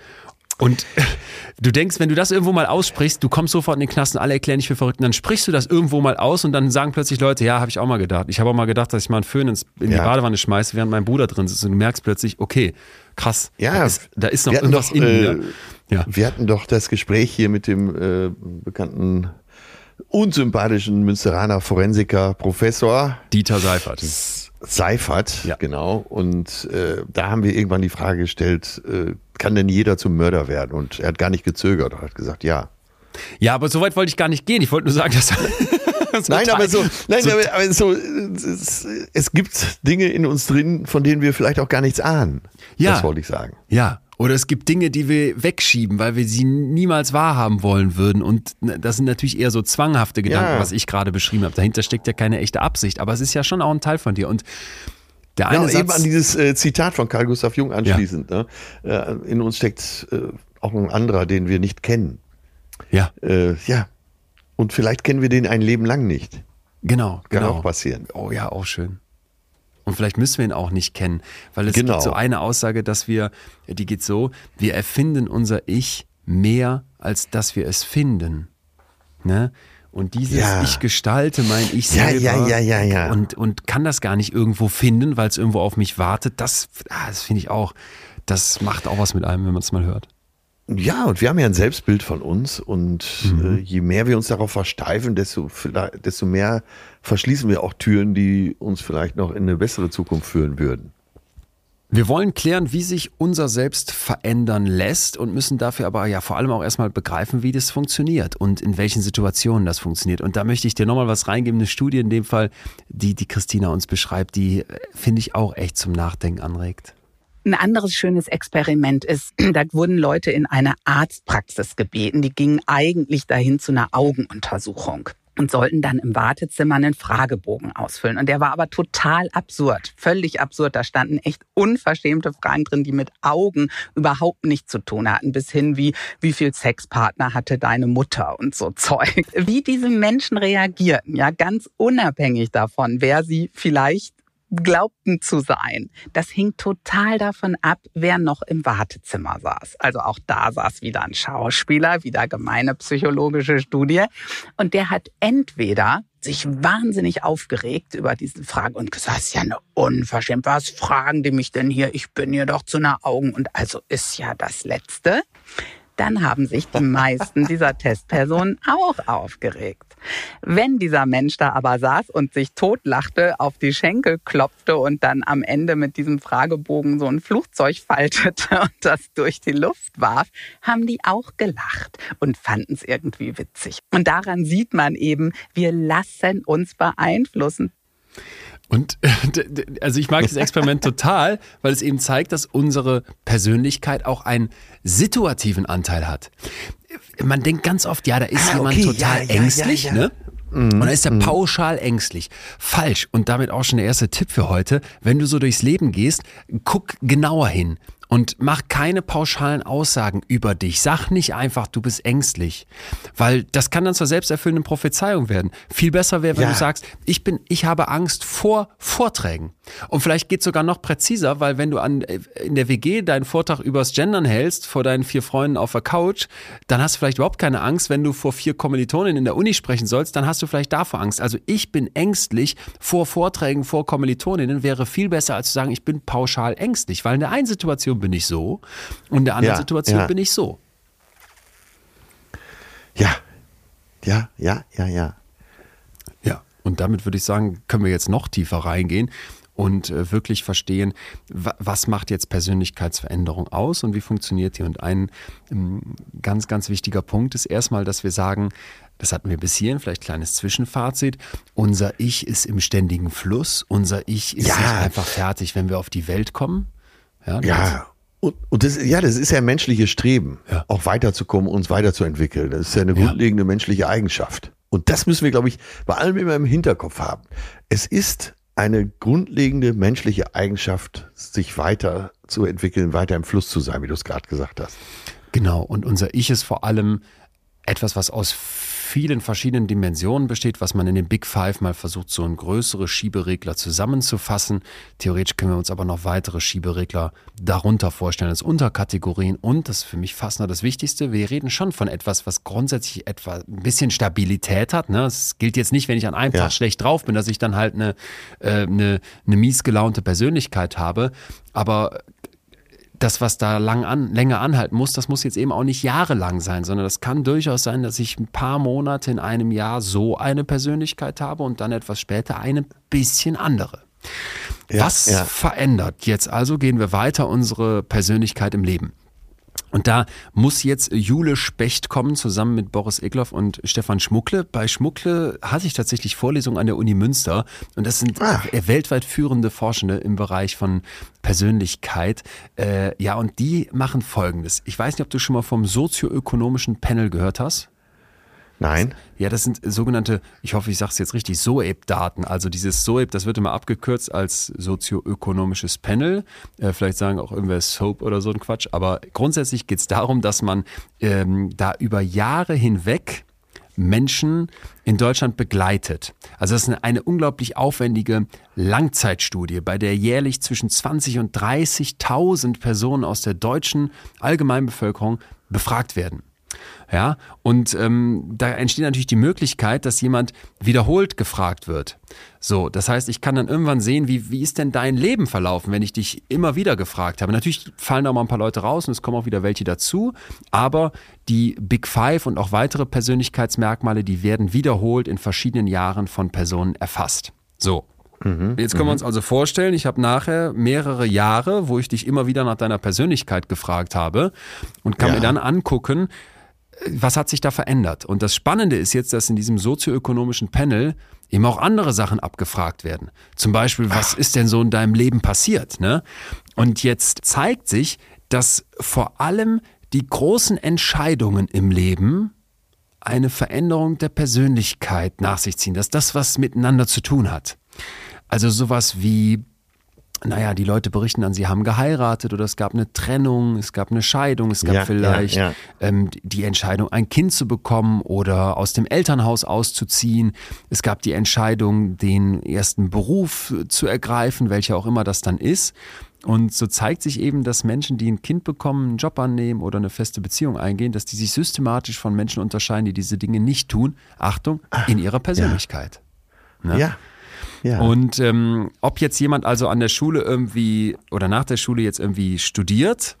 Und du denkst, wenn du das irgendwo mal aussprichst, du kommst sofort in den Knast und alle erklären dich für verrückt. Und dann sprichst du das irgendwo mal aus und dann sagen plötzlich Leute, ja, habe ich auch mal gedacht. Ich habe auch mal gedacht, dass ich mal einen Föhn ins, in ja. die Badewanne schmeiße, während mein Bruder drin sitzt. Und du merkst plötzlich, okay, krass, ja, da, ist, da ist noch irgendwas doch, in mir. Äh, ja. Wir hatten doch das Gespräch hier mit dem äh, bekannten, unsympathischen Münsteraner Forensiker, Professor Dieter Seifert. Seifert, ja. genau. Und äh, da haben wir irgendwann die Frage gestellt, äh, kann denn jeder zum Mörder werden? Und er hat gar nicht gezögert, er hat gesagt, ja. Ja, aber so weit wollte ich gar nicht gehen. Ich wollte nur sagen, dass... so nein, aber so, nein, so aber, aber so es, es gibt Dinge in uns drin, von denen wir vielleicht auch gar nichts ahnen. Ja. Das wollte ich sagen. Ja. Oder es gibt Dinge, die wir wegschieben, weil wir sie niemals wahrhaben wollen würden. Und das sind natürlich eher so zwanghafte Gedanken, ja. was ich gerade beschrieben habe. Dahinter steckt ja keine echte Absicht, aber es ist ja schon auch ein Teil von dir. Und der eine ja, Satz, eben an dieses äh, Zitat von Carl Gustav Jung anschließend. Ja. Ne? Äh, in uns steckt äh, auch ein anderer, den wir nicht kennen. Ja. Äh, ja. Und vielleicht kennen wir den ein Leben lang nicht. Genau, Kann genau. auch passieren. Oh ja, auch schön. Und vielleicht müssen wir ihn auch nicht kennen, weil es genau. gibt so eine Aussage, dass wir, die geht so, wir erfinden unser Ich mehr, als dass wir es finden. Ne? Und dieses ja. Ich gestalte mein Ich ja, selber ja, ja, ja, ja. Und, und kann das gar nicht irgendwo finden, weil es irgendwo auf mich wartet. Das, das finde ich auch, das macht auch was mit einem, wenn man es mal hört. Ja, und wir haben ja ein Selbstbild von uns und Mhm. äh, je mehr wir uns darauf versteifen, desto, desto mehr verschließen wir auch Türen, die uns vielleicht noch in eine bessere Zukunft führen würden. Wir wollen klären, wie sich unser Selbst verändern lässt und müssen dafür aber ja vor allem auch erstmal begreifen, wie das funktioniert und in welchen Situationen das funktioniert. Und da möchte ich dir nochmal was reingeben, eine Studie in dem Fall, die die Christina uns beschreibt, die finde ich auch echt zum Nachdenken anregt. Ein anderes schönes Experiment ist, da wurden Leute in eine Arztpraxis gebeten, die gingen eigentlich dahin zu einer Augenuntersuchung und sollten dann im Wartezimmer einen Fragebogen ausfüllen. Und der war aber total absurd, völlig absurd. Da standen echt unverschämte Fragen drin, die mit Augen überhaupt nichts zu tun hatten. Bis hin wie, wie viel Sexpartner hatte deine Mutter und so Zeug. Wie diese Menschen reagierten, ja, ganz unabhängig davon, wer sie vielleicht glaubten zu sein. Das hing total davon ab, wer noch im Wartezimmer saß. Also auch da saß wieder ein Schauspieler, wieder gemeine psychologische Studie. Und der hat entweder sich wahnsinnig aufgeregt über diese Frage und gesagt, das ist ja eine Unverschämtheit. Was fragen die mich denn hier? Ich bin hier doch zu einer Augen. Und also ist ja das Letzte. Dann haben sich die meisten dieser Testpersonen auch aufgeregt. Wenn dieser Mensch da aber saß und sich totlachte, auf die Schenkel klopfte und dann am Ende mit diesem Fragebogen so ein Flugzeug faltete und das durch die Luft warf, haben die auch gelacht und fanden es irgendwie witzig. Und daran sieht man eben, wir lassen uns beeinflussen. Und also ich mag das Experiment total, weil es eben zeigt, dass unsere Persönlichkeit auch einen situativen Anteil hat. Man denkt ganz oft, ja, da ist ah, jemand okay, total ja, ängstlich, ja, ja, ja. ne? Und dann ist er pauschal ängstlich. Falsch. Und damit auch schon der erste Tipp für heute. Wenn du so durchs Leben gehst, guck genauer hin. Und mach keine pauschalen Aussagen über dich. Sag nicht einfach, du bist ängstlich. Weil das kann dann zur selbsterfüllenden Prophezeiung werden. Viel besser wäre, wenn ja. du sagst, ich bin, ich habe Angst vor Vorträgen. Und vielleicht geht es sogar noch präziser, weil wenn du an, in der W G deinen Vortrag übers Gendern hältst, vor deinen vier Freunden auf der Couch, dann hast du vielleicht überhaupt keine Angst. Wenn du vor vier Kommilitoninnen in der Uni sprechen sollst, dann hast du vielleicht davor Angst. Also ich bin ängstlich vor Vorträgen, vor Kommilitoninnen, wäre viel besser, als zu sagen, ich bin pauschal ängstlich. Weil in der einen Situation bin ich so und in der anderen ja, Situation ja. bin ich so. Ja, ja, ja, ja, ja. Ja, und damit würde ich sagen, können wir jetzt noch tiefer reingehen und äh, wirklich verstehen, wa- was macht jetzt Persönlichkeitsveränderung aus und wie funktioniert die. Und ein ähm, ganz, ganz wichtiger Punkt ist erstmal, dass wir sagen, das hatten wir bis hierhin, vielleicht kleines Zwischenfazit, unser Ich ist im ständigen Fluss, unser Ich ist ja. nicht einfach fertig, wenn wir auf die Welt kommen. Ja, ja. Und, und das, ja, das ist ja ein menschliches Streben, ja. auch weiterzukommen, uns weiterzuentwickeln. Das ist ja eine grundlegende ja. menschliche Eigenschaft. Und das müssen wir, glaube ich, bei allem immer im Hinterkopf haben. Es ist eine grundlegende menschliche Eigenschaft, sich weiterzuentwickeln, weiter im Fluss zu sein, wie du es gerade gesagt hast. Genau, und unser Ich ist vor allem etwas, was aus vielen verschiedenen Dimensionen besteht, was man in den Big Five mal versucht, so ein größere Schieberegler zusammenzufassen. Theoretisch können wir uns aber noch weitere Schieberegler darunter vorstellen als Unterkategorien. Und, das ist für mich fast noch das Wichtigste, wir reden schon von etwas, was grundsätzlich etwa ein bisschen Stabilität hat. Ne? Es gilt jetzt nicht, wenn ich an einem ja. Tag schlecht drauf bin, dass ich dann halt eine, äh, eine, eine mies gelaunte Persönlichkeit habe. Aber das, was da lang an, länger anhalten muss, das muss jetzt eben auch nicht jahrelang sein, sondern das kann durchaus sein, dass ich ein paar Monate in einem Jahr so eine Persönlichkeit habe und dann etwas später eine bisschen andere. Ja, was ja. verändert jetzt also? Gehen wir weiter unsere Persönlichkeit im Leben. Und da muss jetzt Jule Specht kommen, zusammen mit Boris Egloff und Stefan Schmuckle. Bei Schmuckle hatte ich tatsächlich Vorlesungen an der Uni Münster. Und das sind ah. weltweit führende Forschende im Bereich von Persönlichkeit. Äh, ja, und die machen Folgendes. Ich weiß nicht, ob du schon mal vom sozioökonomischen Panel gehört hast. Nein. Ja, das sind sogenannte, ich hoffe, ich sage es jetzt richtig, S O E P-Daten. Also dieses S O E P, das wird immer abgekürzt als sozioökonomisches Panel. Äh, vielleicht sagen auch irgendwer Soap oder so ein Quatsch. Aber grundsätzlich geht es darum, dass man ähm, da über Jahre hinweg Menschen in Deutschland begleitet. Also das ist eine, eine unglaublich aufwendige Langzeitstudie, bei der jährlich zwischen zwanzig und dreißigtausend Personen aus der deutschen Allgemeinbevölkerung befragt werden. Ja, und ähm, da entsteht natürlich die Möglichkeit, dass jemand wiederholt gefragt wird. So, das heißt, ich kann dann irgendwann sehen, wie, wie ist denn dein Leben verlaufen, wenn ich dich immer wieder gefragt habe. Natürlich fallen da mal ein paar Leute raus und es kommen auch wieder welche dazu, aber die Big Five und auch weitere Persönlichkeitsmerkmale, die werden wiederholt in verschiedenen Jahren von Personen erfasst. So. Jetzt können wir uns also vorstellen, ich habe nachher mehrere Jahre, wo ich dich immer wieder nach deiner Persönlichkeit gefragt habe und kann ja. mir dann angucken, was hat sich da verändert. Und das Spannende ist jetzt, dass in diesem sozioökonomischen Panel eben auch andere Sachen abgefragt werden. Zum Beispiel, was Ach. ist denn so in deinem Leben passiert? Ne? Und jetzt zeigt sich, dass vor allem die großen Entscheidungen im Leben eine Veränderung der Persönlichkeit nach sich ziehen, dass das was miteinander zu tun hat. Also sowas wie, naja, die Leute berichten dann, sie haben geheiratet oder es gab eine Trennung, es gab eine Scheidung, es gab ja, vielleicht ja, ja. Ähm, die Entscheidung, ein Kind zu bekommen oder aus dem Elternhaus auszuziehen. Es gab die Entscheidung, den ersten Beruf zu ergreifen, welcher auch immer das dann ist. Und so zeigt sich eben, dass Menschen, die ein Kind bekommen, einen Job annehmen oder eine feste Beziehung eingehen, dass die sich systematisch von Menschen unterscheiden, die diese Dinge nicht tun. Achtung, in ihrer Persönlichkeit. Ja. Ne? ja. Ja. Und ähm, ob jetzt jemand also an der Schule irgendwie oder nach der Schule jetzt irgendwie studiert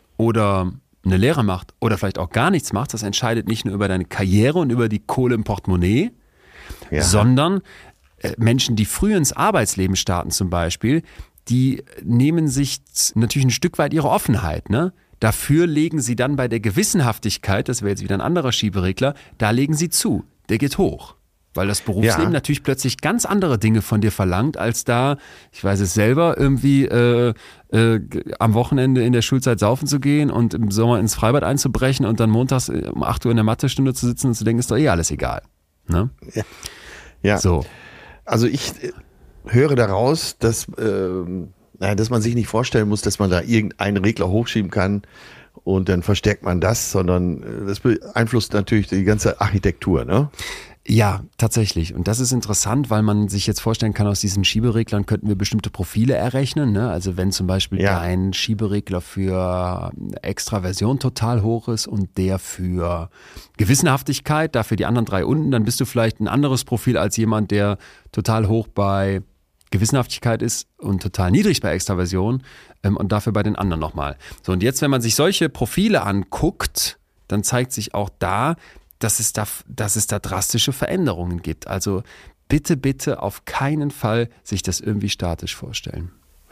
oder eine Lehre macht oder vielleicht auch gar nichts macht, das entscheidet nicht nur über deine Karriere und über die Kohle im Portemonnaie, ja. sondern äh, Menschen, die früh ins Arbeitsleben starten zum Beispiel, die nehmen sich natürlich ein Stück weit ihre Offenheit, ne? Dafür legen sie dann bei der Gewissenhaftigkeit, das wäre jetzt wieder ein anderer Schieberegler, da legen sie zu, der geht hoch. weil das Berufsleben Ja. natürlich plötzlich ganz andere Dinge von dir verlangt, als da, ich weiß es selber, irgendwie äh, äh, am Wochenende in der Schulzeit saufen zu gehen und im Sommer ins Freibad einzubrechen und dann montags um acht Uhr in der Mathestunde zu sitzen und zu denken, ist doch eh alles egal. Ne? Ja. ja. So. Also ich äh, höre daraus, dass, ähm, naja, dass man sich nicht vorstellen muss, dass man da irgendeinen Regler hochschieben kann und dann verstärkt man das, sondern äh, das beeinflusst natürlich die ganze Architektur, ne? Ja, tatsächlich. Und das ist interessant, weil man sich jetzt vorstellen kann, aus diesen Schiebereglern könnten wir bestimmte Profile errechnen. Ne? Also wenn zum Beispiel Ja. ein Schieberegler für Extraversion total hoch ist und der für Gewissenhaftigkeit, dafür die anderen drei unten, dann bist du vielleicht ein anderes Profil als jemand, der total hoch bei Gewissenhaftigkeit ist und total niedrig bei Extraversion ähm, und dafür bei den anderen nochmal. So, und jetzt, wenn man sich solche Profile anguckt, dann zeigt sich auch da, dass es da, dass es da drastische Veränderungen gibt. Also bitte, bitte auf keinen Fall sich das irgendwie statisch vorstellen.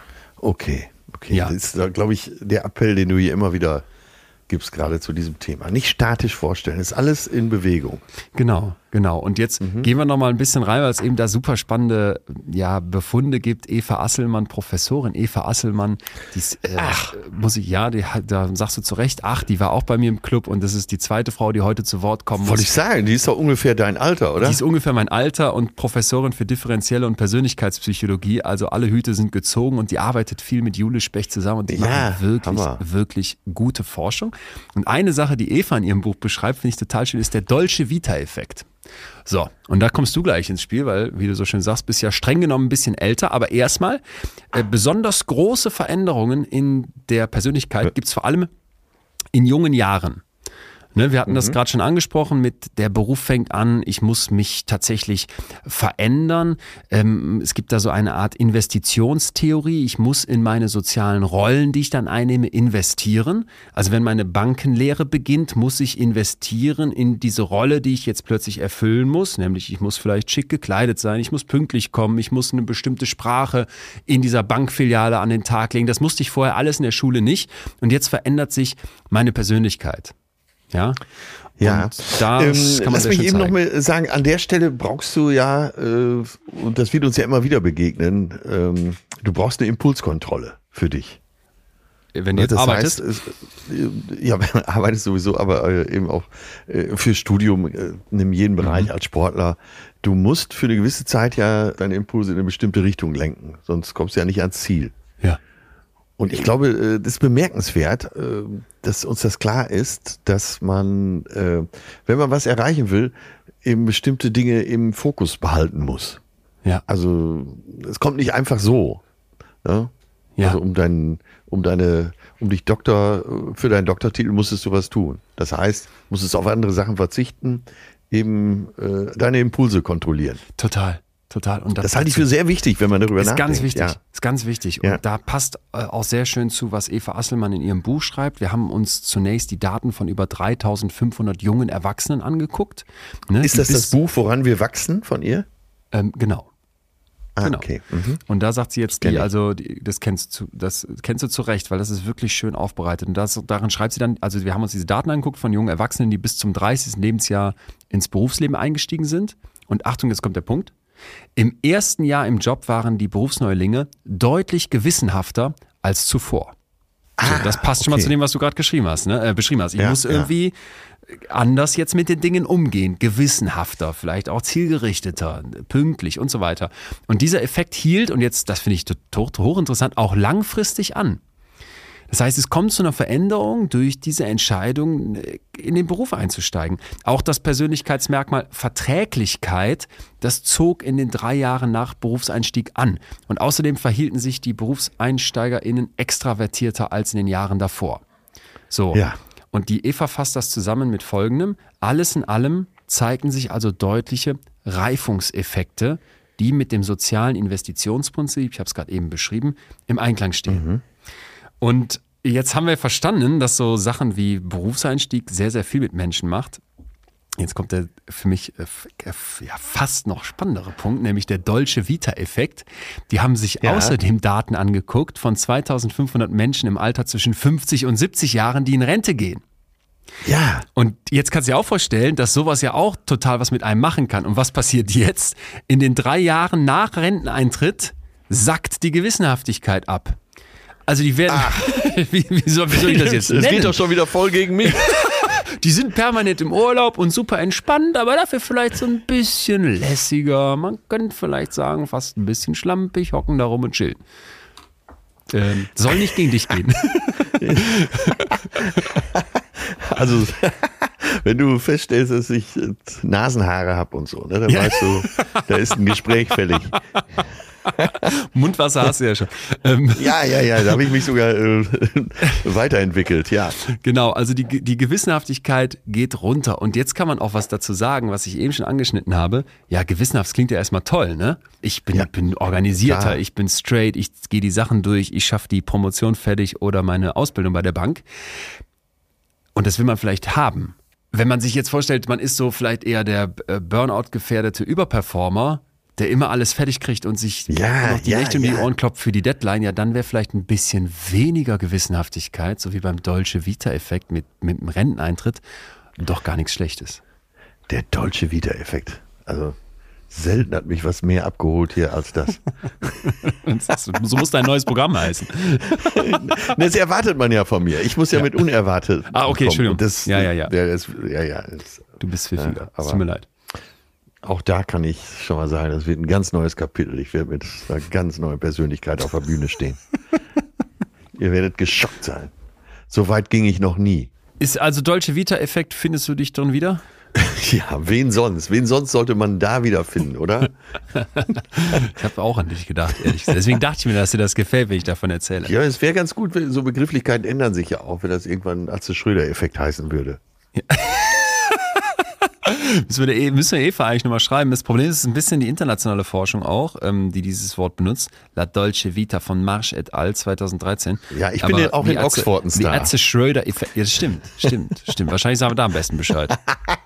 Okay, okay. Ja. Das ist, glaube ich, der Appell, den du hier immer wieder gibst, gerade zu diesem Thema. Nicht statisch vorstellen, ist alles in Bewegung. Genau, genau. Und jetzt Mhm. gehen wir noch mal ein bisschen rein, weil es eben da super spannende ja, Befunde gibt. Eva Asselmann, Professorin Eva Asselmann, die ist, äh, muss ich, ja, die, da sagst du zu Recht, ach, die war auch bei mir im Club und das ist die zweite Frau, die heute zu Wort kommen Wollte muss. ich sagen, die ist doch ungefähr dein Alter, oder? Die ist ungefähr mein Alter und Professorin für differenzielle und Persönlichkeitspsychologie. Also alle Hüte sind gezogen und die arbeitet viel mit Jule Specht zusammen und die Ja, machen wirklich, Hammer. wirklich gute Forschung. Und eine Sache, die Eva in ihrem Buch beschreibt, finde ich total schön, ist der Dolce Vita-Effekt. So, und da kommst du gleich ins Spiel, weil, wie du so schön sagst, bist ja streng genommen ein bisschen älter, aber erstmal äh, besonders große Veränderungen in der Persönlichkeit gibt es vor allem in jungen Jahren. Ne, wir hatten das gerade schon angesprochen mit der Beruf fängt an, ich muss mich tatsächlich verändern. Ähm, es gibt da so eine Art Investitionstheorie. Ich muss in meine sozialen Rollen, die ich dann einnehme, investieren. Also wenn meine Bankenlehre beginnt, muss ich investieren in diese Rolle, die ich jetzt plötzlich erfüllen muss. Nämlich ich muss vielleicht schick gekleidet sein, ich muss pünktlich kommen, ich muss eine bestimmte Sprache in dieser Bankfiliale an den Tag legen. Das musste ich vorher alles in der Schule nicht. Und jetzt verändert sich meine Persönlichkeit. Ja, Ja, und das ähm, kann man lass sehr mich schön eben noch zeigen. mal sagen, an der Stelle brauchst du ja, äh, und das wird uns ja immer wieder begegnen, ähm, du brauchst eine Impulskontrolle für dich. Wenn du jetzt das arbeitest, heißt, es, äh, ja, man arbeitet sowieso, aber äh, eben auch äh, für Studium, äh, in jedem Bereich Mhm. als Sportler. Du musst für eine gewisse Zeit ja deine Impulse in eine bestimmte Richtung lenken, sonst kommst du ja nicht ans Ziel. ja. Und ich glaube, äh, das ist bemerkenswert, äh, dass uns das klar ist, dass man, äh, wenn man was erreichen will, eben bestimmte Dinge im Fokus behalten muss. Ja. Also es kommt nicht einfach so. Ne? Ja. Also um deinen, um deine, um dich Doktor, für deinen Doktortitel musstest du was tun. Das heißt, musstest auf andere Sachen verzichten, eben äh, deine Impulse kontrollieren. Total, total. Und Das halte ich für sehr wichtig, wenn man darüber ist nachdenkt. ganz wichtig, Ja. ist ganz wichtig. Ja. Und da passt äh, auch sehr schön zu, was Eva Asselmann in ihrem Buch schreibt. Wir haben uns zunächst die Daten von über dreitausendfünfhundert jungen Erwachsenen angeguckt. Ne, Ist die das bis- das Buch, woran wir wachsen von ihr? Ähm, genau. Ah, Genau. okay. Mhm. Und da sagt sie jetzt, kenn die, ich. also die, das kennst du, das kennst du zu Recht, weil das ist wirklich schön aufbereitet. Und das, darin schreibt sie dann, also wir haben uns diese Daten angeguckt von jungen Erwachsenen, die bis zum dreißigsten Lebensjahr ins Berufsleben eingestiegen sind. Und Achtung, jetzt kommt der Punkt. Im ersten Jahr im Job waren die Berufsneulinge deutlich gewissenhafter als zuvor. So, Ah, das passt schon mal okay. zu dem, was du gerade geschrieben hast, ne? äh, beschrieben hast. Ich Ja, muss ja. irgendwie anders jetzt mit den Dingen umgehen, gewissenhafter, vielleicht auch zielgerichteter, pünktlich und so weiter. Und dieser Effekt hielt, und jetzt, das finde ich tot- hochinteressant, auch langfristig an. Das heißt, es kommt zu einer Veränderung durch diese Entscheidung, in den Beruf einzusteigen. Auch das Persönlichkeitsmerkmal Verträglichkeit, das zog in den drei Jahren nach Berufseinstieg an. Und außerdem verhielten sich die BerufseinsteigerInnen extravertierter als in den Jahren davor. So. Ja. Und die Eva fasst das zusammen mit Folgendem. Alles in allem zeigten sich also deutliche Reifungseffekte, die mit dem sozialen Investitionsprinzip, ich habe es gerade eben beschrieben, im Einklang stehen. Und jetzt haben wir verstanden, dass so Sachen wie Berufseinstieg sehr, sehr viel mit Menschen macht. Jetzt kommt der für mich äh, f- äh, f- ja, fast noch spannendere Punkt, nämlich der Dolce Vita-Effekt. Die haben sich Ja. außerdem Daten angeguckt von zweitausendfünfhundert Menschen im Alter zwischen fünfzig und siebzig Jahren, die in Rente gehen. Ja. Und jetzt kannst du dir auch vorstellen, dass sowas ja auch total was mit einem machen kann. Und was passiert jetzt? In den drei Jahren nach Renteneintritt sackt die Gewissenhaftigkeit ab. Also die werden, wie, wie, soll, wie soll ich das jetzt nennen? Es geht doch schon wieder voll gegen mich. Die sind permanent im Urlaub und super entspannt, aber dafür vielleicht so ein bisschen lässiger. Man könnte vielleicht sagen, fast ein bisschen schlampig, hocken da rum und chillen. Ähm, soll nicht gegen dich gehen. Also, wenn du feststellst, dass ich Nasenhaare habe und so, ne, dann Ja. weißt du, da ist ein Gespräch fällig. Mundwasser hast du ja schon. Ähm, Ja, ja, ja, da habe ich mich sogar äh, weiterentwickelt, ja. Genau, also die, die Gewissenhaftigkeit geht runter. Und jetzt kann man auch was dazu sagen, was ich eben schon angeschnitten habe. Ja, gewissenhaft, das klingt ja erstmal toll, ne? Ich bin, Ja. bin organisierter, Klar. ich bin straight, ich gehe die Sachen durch, ich schaffe die Promotion fertig oder meine Ausbildung bei der Bank. Und das will man vielleicht haben. Wenn man sich jetzt vorstellt, man ist so vielleicht eher der äh, Burnout-gefährdete Überperformer, der immer alles fertig kriegt und sich Ja, noch die ja, Nächte um die ja. Ohren klopft für die Deadline, ja, dann wäre vielleicht ein bisschen weniger Gewissenhaftigkeit, so wie beim Dolce Vita-Effekt mit, mit dem Renteneintritt, doch gar nichts Schlechtes. Der Dolce Vita-Effekt. Also, selten hat mich was mehr abgeholt hier als das. So muss dein neues Programm heißen. Das erwartet man ja von mir. Ich muss ja, mit unerwartet. Ah, okay, kommen. Entschuldigung. Und Das, Ja, ja, ja. Der ist, ja, ja. Das, Du bist pfiffiger, Ja, es aber- tut mir leid. auch da kann ich schon mal sagen, das wird ein ganz neues Kapitel. Ich werde mit einer ganz neuen Persönlichkeit auf der Bühne stehen. Ihr werdet geschockt sein. So weit ging ich noch nie. Ist also Dolce Vita-Effekt, findest du dich drin wieder? Ja, wen sonst? Wen sonst sollte man da wiederfinden, oder? Ich habe auch an dich gedacht, ehrlich gesagt. Deswegen dachte ich mir, dass dir das gefällt, wenn ich davon erzähle. Ja, es wäre ganz gut, wenn so Begrifflichkeiten ändern sich ja auch, wenn das irgendwann Atze Schröder-Effekt heißen würde. Müssen wir, eh, müssen wir Eva eigentlich nochmal schreiben. Das Problem ist ein bisschen die internationale Forschung auch, ähm, die dieses Wort benutzt. La Dolce Vita von Marsh et al. zweitausenddreizehn. Ja, ich bin ja auch wie in Atze- Oxford ein Wie Star. Atze Schröder. Ja, das stimmt, stimmt, stimmt. Wahrscheinlich sagen wir da am besten Bescheid.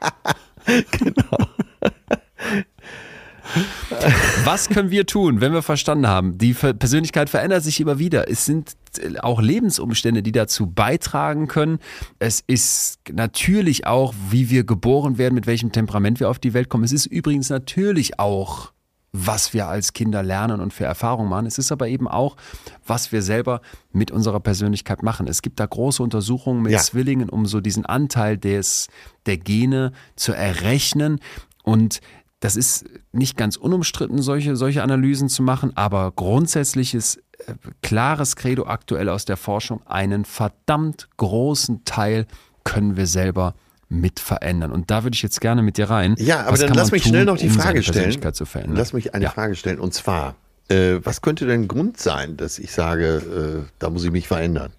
Was können wir tun, wenn wir verstanden haben? Die Ver- Persönlichkeit verändert sich immer wieder. Es sind äh, auch Lebensumstände, die dazu beitragen können. Es ist natürlich auch, wie wir geboren werden, mit welchem Temperament wir auf die Welt kommen. Es ist übrigens natürlich auch, was wir als Kinder lernen und für Erfahrungen machen. Es ist aber eben auch, was wir selber mit unserer Persönlichkeit machen. Es gibt da große Untersuchungen mit Ja. Zwillingen, um so diesen Anteil des, der Gene zu errechnen. Und das ist nicht ganz unumstritten, solche, solche Analysen zu machen, aber grundsätzliches, äh, klares Credo aktuell aus der Forschung, einen verdammt großen Teil können wir selber mit verändern. Und da würde ich jetzt gerne mit dir rein. Ja, aber Was dann kann lass man mich tun, schnell noch die um seine Frage stellen. Persönlichkeit zu verändern? Lass mich eine Ja. Frage stellen. Und zwar, äh, was könnte denn Grund sein, dass ich sage, äh, da muss ich mich verändern?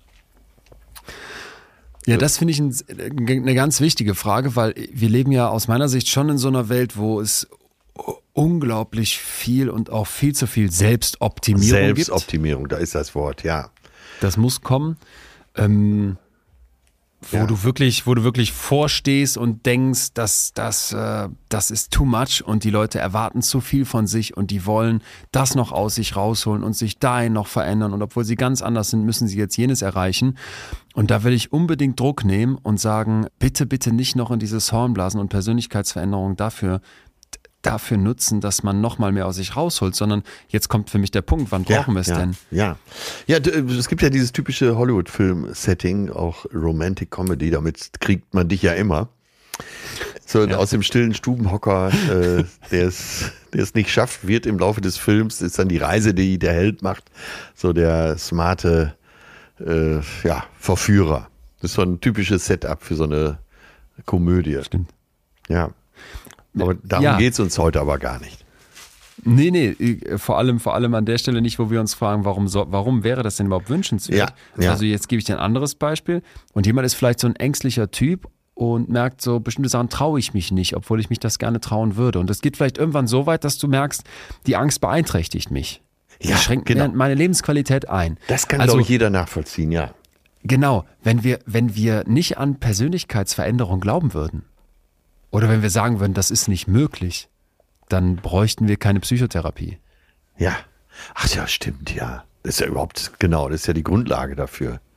Ja, das finde ich ein, eine ganz wichtige Frage, weil wir leben ja aus meiner Sicht schon in so einer Welt, wo es unglaublich viel und auch viel zu viel Selbstoptimierung gibt. Selbstoptimierung, da ist das Wort, ja. Das muss kommen. Ähm, wo Ja. du wirklich, wo du wirklich vorstehst und denkst, dass das, äh, das ist too much und die Leute erwarten zu viel von sich und die wollen das noch aus sich rausholen und sich dahin noch verändern und obwohl sie ganz anders sind, müssen sie jetzt jenes erreichen. Und da will ich unbedingt Druck nehmen und sagen, bitte, bitte nicht noch in dieses Horn blasen und Persönlichkeitsveränderung dafür dafür nutzen, dass man noch mal mehr aus sich rausholt, sondern jetzt kommt für mich der Punkt, wann brauchen wir es ja, denn? Ja, ja, d- es gibt ja dieses typische Hollywood-Film-Setting, auch Romantic Comedy, damit kriegt man dich ja immer. So Ja. aus dem stillen Stubenhocker, äh, der es der es nicht schafft, wird im Laufe des Films, ist dann die Reise, die der Held macht, so der smarte äh, ja, Verführer. Das ist so ein typisches Setup für so eine Komödie. Stimmt. Ja. Aber darum Ja. geht es uns heute aber gar nicht. Nee, nee, äh, vor allem, vor allem an der Stelle nicht, wo wir uns fragen, warum, so, warum wäre das denn überhaupt wünschenswert? Ja, ja. Also jetzt gebe ich dir ein anderes Beispiel und jemand ist vielleicht so ein ängstlicher Typ und merkt so, bestimmte Sachen traue ich mich nicht, obwohl ich mich das gerne trauen würde. Und das geht vielleicht irgendwann so weit, dass du merkst, die Angst beeinträchtigt mich. Die Ja, schränkt genau. mir meine Lebensqualität ein. Das kann, also, glaube ich, jeder nachvollziehen, ja. Genau, wenn wir, wenn wir nicht an Persönlichkeitsveränderung glauben würden oder wenn wir sagen würden, das ist nicht möglich, dann bräuchten wir keine Psychotherapie. Ja. Ach ja, stimmt, ja. Das ist ja überhaupt, genau, das ist ja die Grundlage dafür.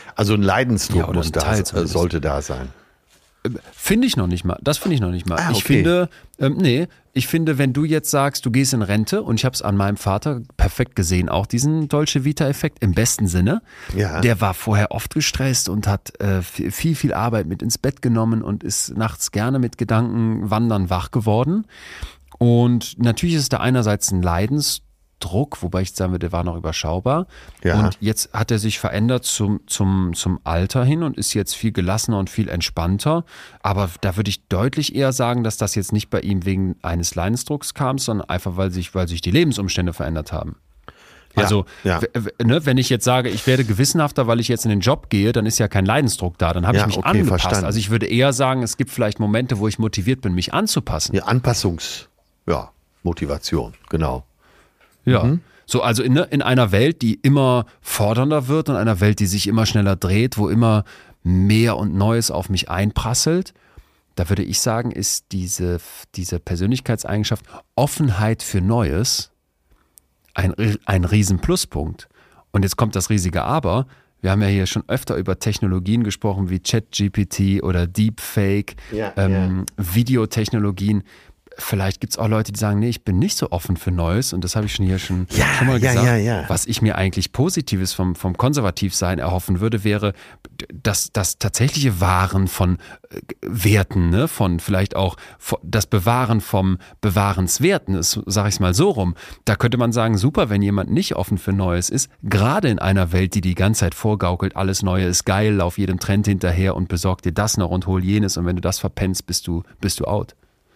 Also ein Leidensdruck Ja, oder muss ein da, Teil äh, zumindest. sollte da sein. Finde ich noch nicht mal. Das finde ich noch nicht mal. Ah, Ich okay. finde, ähm, nee, ich finde, wenn du jetzt sagst, du gehst in Rente, und ich habe es an meinem Vater perfekt gesehen, auch diesen Dolce Vita-Effekt im besten Sinne. Ja. Der war vorher oft gestresst und hat äh, viel, viel Arbeit mit ins Bett genommen und ist nachts gerne mit Gedanken wandern wach geworden. Und natürlich ist da einerseits ein Leidensdruck, wobei ich sagen würde, der war noch überschaubar. Ja. Und jetzt hat er sich verändert zum, zum, zum Alter hin und ist jetzt viel gelassener und viel entspannter. Aber da würde ich deutlich eher sagen, dass das jetzt nicht bei ihm wegen eines Leidensdrucks kam, sondern einfach, weil sich, weil sich die Lebensumstände verändert haben. Ja, Also, ja. w- w- ne, wenn ich jetzt sage, ich werde gewissenhafter, weil ich jetzt in den Job gehe, dann ist ja kein Leidensdruck da, dann habe Ja, ich mich okay, angepasst. verstanden. Also ich würde eher sagen, es gibt vielleicht Momente, wo ich motiviert bin, mich anzupassen. Ja, Anpassungs, ja, Motivation, genau. Ja. Mhm. So, also in, in einer Welt, die immer fordernder wird und einer Welt, die sich immer schneller dreht, wo immer mehr und Neues auf mich einprasselt, da würde ich sagen, ist diese, diese Persönlichkeitseigenschaft Offenheit für Neues ein, ein riesen Pluspunkt. Und jetzt kommt das riesige Aber. Wir haben ja hier schon öfter über Technologien gesprochen wie ChatGPT oder Deepfake, Ja, ähm, Videotechnologien. Vielleicht gibt es auch Leute, die sagen, nee, ich bin nicht so offen für Neues, und das habe ich schon hier schon, Ja, schon mal ja, gesagt. ja, ja. Was ich mir eigentlich Positives vom, vom Konservativsein erhoffen würde, wäre das, das tatsächliche Wahren von äh, Werten, ne? Von vielleicht auch von, das Bewahren vom Bewahrenswerten, sage ich es mal so rum. Da könnte man sagen, super, wenn jemand nicht offen für Neues ist, gerade in einer Welt, die die ganze Zeit vorgaukelt, alles Neue ist geil, lauf jedem Trend hinterher und besorg dir das noch und hol jenes, und wenn du das verpennst, bist du, bist du out.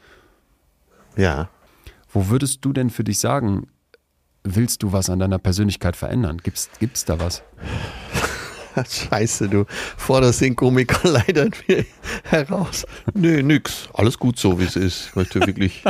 Ja. Wo würdest du denn für dich sagen, willst du was an deiner Persönlichkeit verändern? Gibt's, gibt's da was? Scheiße, du forderst den Komiker leider wieder heraus. Nö, nix. Alles gut so, wie es ist. Ich möchte wirklich...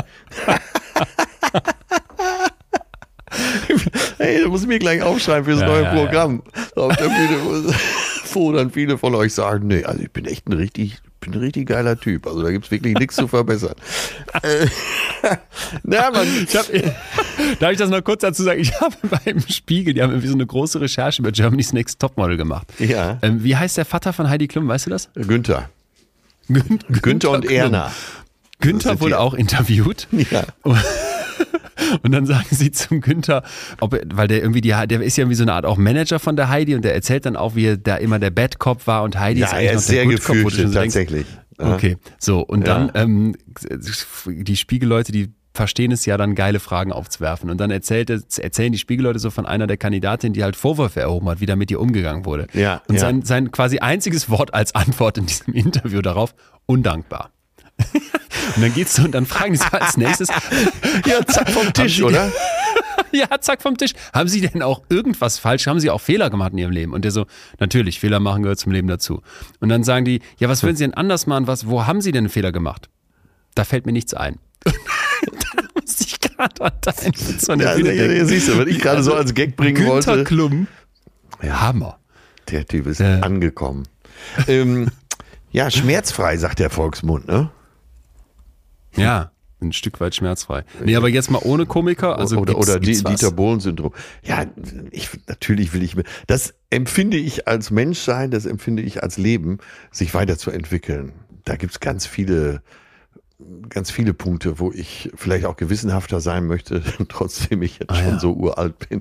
Hey, da muss ich mir gleich aufschreiben fürs Ja, neue ja, Programm. Auf der Bühne, wo dann viele von euch sagen, nee, also ich bin echt ein richtig, bin ein richtig geiler Typ. Also da gibt es wirklich nichts zu verbessern. äh, na, man, Ich hab, darf ich das noch kurz dazu sagen? Ich habe beim Spiegel, die haben irgendwie so eine große Recherche über Germany's Next Topmodel gemacht. Ja. Ähm, wie heißt der Vater von Heidi Klum, weißt du das? Günther. Gün Günther und Klum. Erna. Günther sind wurde die- auch interviewt. Ja. Und dann sagen sie zum Günther, ob er, weil der irgendwie die, der ist ja irgendwie so eine Art auch Manager von der Heidi, und der erzählt dann auch, wie er da immer der Bad Cop war und Heidi Ja, ist eigentlich er noch ist sehr der Good Cop, wo du schon gefürchtet, so denkst, tatsächlich. Ja. okay, so, und Ja. dann ähm, die Spiegelleute, die verstehen es ja dann, geile Fragen aufzuwerfen, und dann erzählt, erzählen die Spiegelleute so von einer der Kandidatinnen, die halt Vorwürfe erhoben hat, wie da mit ihr umgegangen wurde. Ja, und ja. sein, sein quasi einziges Wort als Antwort in diesem Interview darauf, undankbar. Und dann geht's so, und dann fragen die so als nächstes, Ja, zack vom Tisch, Haben Sie- oder? ja, zack vom Tisch. Haben Sie denn auch irgendwas falsch? Haben Sie auch Fehler gemacht in Ihrem Leben? Und der so, natürlich, Fehler machen gehört zum Leben dazu. Und dann sagen die, ja, was würden Sie denn anders machen? Was, wo haben Sie denn einen Fehler gemacht? Da fällt mir nichts ein. da muss ich gerade an deinen Witz von der Ja, Bühne ja, denken. ja, siehst du, was ich gerade so als Gag bringen Günther wollte. Klum. Hammer. Der Typ ist Äh. angekommen. ähm, ja, schmerzfrei, sagt der Volksmund, ne? Ja, ein Stück weit schmerzfrei. Nee, aber jetzt mal ohne Komiker. Also oder gibt's, oder gibt's die, was? Dieter Bohlen-Syndrom. Ja, ich, natürlich will ich mir, das empfinde ich als Menschsein, das empfinde ich als Leben, sich weiterzuentwickeln. Da gibt's ganz viele, ganz viele Punkte, wo ich vielleicht auch gewissenhafter sein möchte, trotzdem ich jetzt Ah, schon ja. so uralt bin.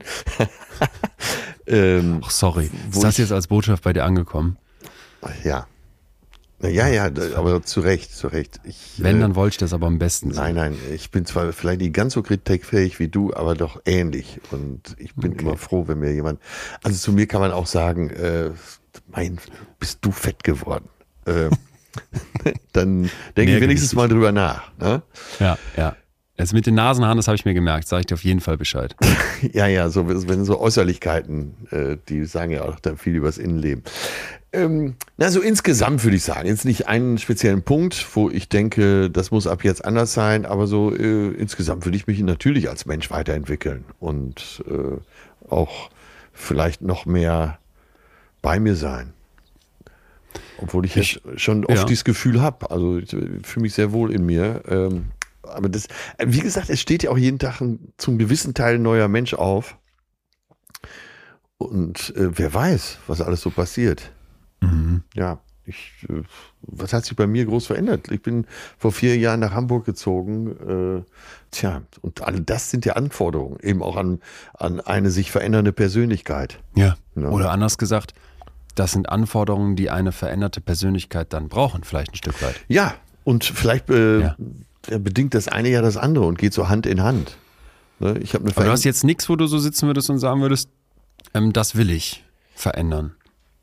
ähm, Ach, sorry. Wo Ist das ich- jetzt als Botschaft bei dir angekommen? ja. Na, ja, ja, da- aber zu Recht, zu Recht. Ich, Wenn, äh, dann wollte ich das aber am besten Nein, nein, ich bin zwar vielleicht nicht ganz so kritikfähig wie du, aber doch ähnlich. Und ich bin Okay. immer froh, wenn mir jemand, also zu mir kann man auch sagen, äh, mein, bist du fett geworden? Äh, dann denke Mehr ich wenigstens Gewicht. mal drüber nach. Ne? Ja, ja. Jetzt mit den Nasenhaaren, das habe ich mir gemerkt. Sage ich dir auf jeden Fall Bescheid. Ja, ja, so, wenn so Äußerlichkeiten, äh, die sagen ja auch dann viel über das Innenleben. Ähm, na, so insgesamt würde ich sagen, jetzt nicht einen speziellen Punkt, wo ich denke, das muss ab jetzt anders sein, aber so äh, insgesamt würde ich mich natürlich als Mensch weiterentwickeln und äh, auch vielleicht noch mehr bei mir sein. Obwohl ich, Ich- jetzt schon oft ja. dieses Gefühl habe, also ich fühle mich sehr wohl in mir. Ähm, aber das, wie gesagt, es steht ja auch jeden Tag ein, zum gewissen Teil ein neuer Mensch auf. Und äh, wer weiß, was alles so passiert. Mhm. Ja, ich, äh, was hat sich bei mir groß verändert? Ich bin vor vier Jahren nach Hamburg gezogen. Äh, tja, und all das sind ja Anforderungen, eben auch an, an eine sich verändernde Persönlichkeit. Ja. Ja. Oder anders gesagt, das sind Anforderungen, die eine veränderte Persönlichkeit dann brauchen, vielleicht ein Stück weit. Ja, und vielleicht äh, Ja. bedingt das eine ja das andere und geht so Hand in Hand. Ne? Ich habe eine Aber du hast Veränder- jetzt nichts, wo du so sitzen würdest und sagen würdest, ähm, das will ich verändern.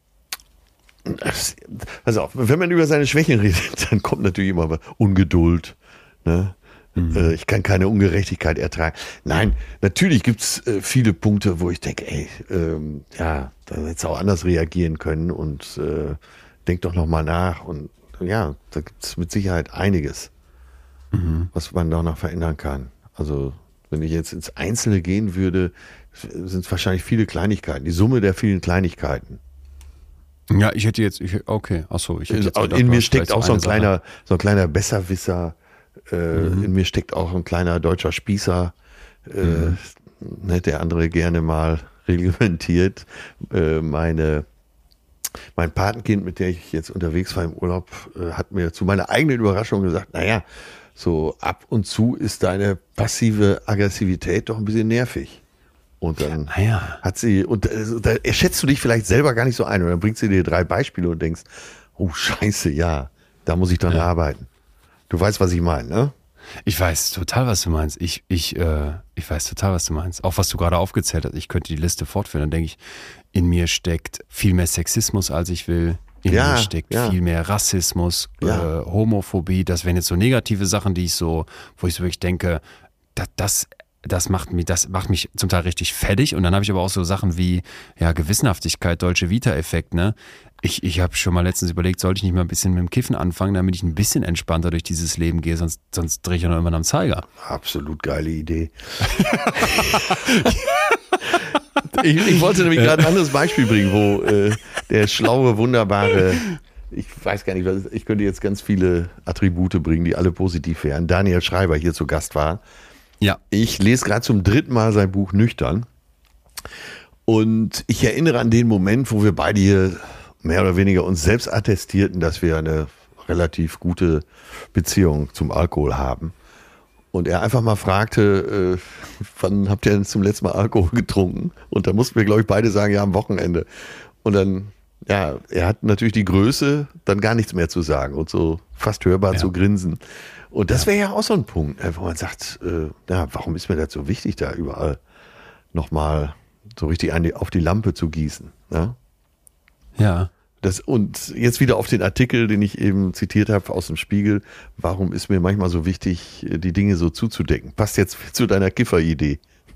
Pass auf, wenn man über seine Schwächen redet, dann kommt natürlich immer Ungeduld. Ne? Mhm. Äh, Ich kann keine Ungerechtigkeit ertragen. Nein, natürlich gibt es äh, viele Punkte, wo ich denke, ey, ähm, ja, da hättest du auch anders reagieren können und äh, denk doch nochmal nach. Und ja, da gibt es mit Sicherheit einiges, Mhm. was man da noch verändern kann. Also wenn ich jetzt ins Einzelne gehen würde, sind es wahrscheinlich viele Kleinigkeiten, die Summe der vielen Kleinigkeiten. Ja, ich hätte jetzt, ich, okay, achso, ich hätte jetzt gedacht, In du mir hast steckt vielleicht auch so ein eine Sache. kleiner, so ein kleiner Besserwisser. Äh, Mhm. In mir steckt auch ein kleiner deutscher Spießer, äh, Mhm. ne, der andere gerne mal reglementiert. Äh, meine, mein Patenkind, mit der ich jetzt unterwegs war im Urlaub, äh, hat mir zu meiner eigenen Überraschung gesagt, naja, so ab und zu ist deine passive Aggressivität doch ein bisschen nervig. Und dann Ah ja. hat sie, und äh, da schätzt du dich vielleicht selber gar nicht so ein. Und dann bringt sie dir drei Beispiele und denkst, oh scheiße, ja, da muss ich dran Ja. arbeiten. Du weißt, was ich meine, ne? Ich weiß total, was du meinst. Ich, ich, äh, ich weiß total, was du meinst. Auch was du gerade aufgezählt hast. Ich könnte die Liste fortführen. Dann denke ich, in mir steckt viel mehr Sexismus, als ich will. In Ja, mir steckt ja. viel mehr Rassismus, Ja. äh, Homophobie. Das wären jetzt so negative Sachen, die ich so, wo ich so wirklich denke, das, das, das macht mich, das macht mich zum Teil richtig fertig. Und dann habe ich aber auch so Sachen wie, ja, Gewissenhaftigkeit, Dolce Vita-Effekt, ne? Ich, ich habe schon mal letztens überlegt, sollte ich nicht mal ein bisschen mit dem Kiffen anfangen, damit ich ein bisschen entspannter durch dieses Leben gehe, sonst, sonst drehe ich ja noch irgendwann am Zeiger. Absolut geile Idee. ich, ich wollte nämlich gerade ein anderes Beispiel bringen, wo äh, der schlaue, wunderbare, ich weiß gar nicht, was, ich könnte jetzt ganz viele Attribute bringen, die alle positiv wären. Daniel Schreiber hier zu Gast war. Ja. Ich lese gerade zum dritten Mal sein Buch Nüchtern. Und ich erinnere an den Moment, wo wir beide hier mehr oder weniger uns selbst attestierten, dass wir eine relativ gute Beziehung zum Alkohol haben. Und er einfach mal fragte, äh, wann habt ihr denn zum letzten Mal Alkohol getrunken? Und da mussten wir, glaube ich, beide sagen, ja, am Wochenende. Und dann, ja, er hat natürlich die Größe, dann gar nichts mehr zu sagen und so fast hörbar Ja. zu grinsen. Und das wäre ja auch so ein Punkt, wo man sagt, äh, ja, warum ist mir das so wichtig, da überall nochmal so richtig an die, auf die Lampe zu gießen? Ne? Ja. Das, und jetzt wieder auf den Artikel, den ich eben zitiert habe aus dem Spiegel. Warum ist mir manchmal so wichtig, die Dinge so zuzudecken? Passt jetzt zu deiner Kiffer-Idee.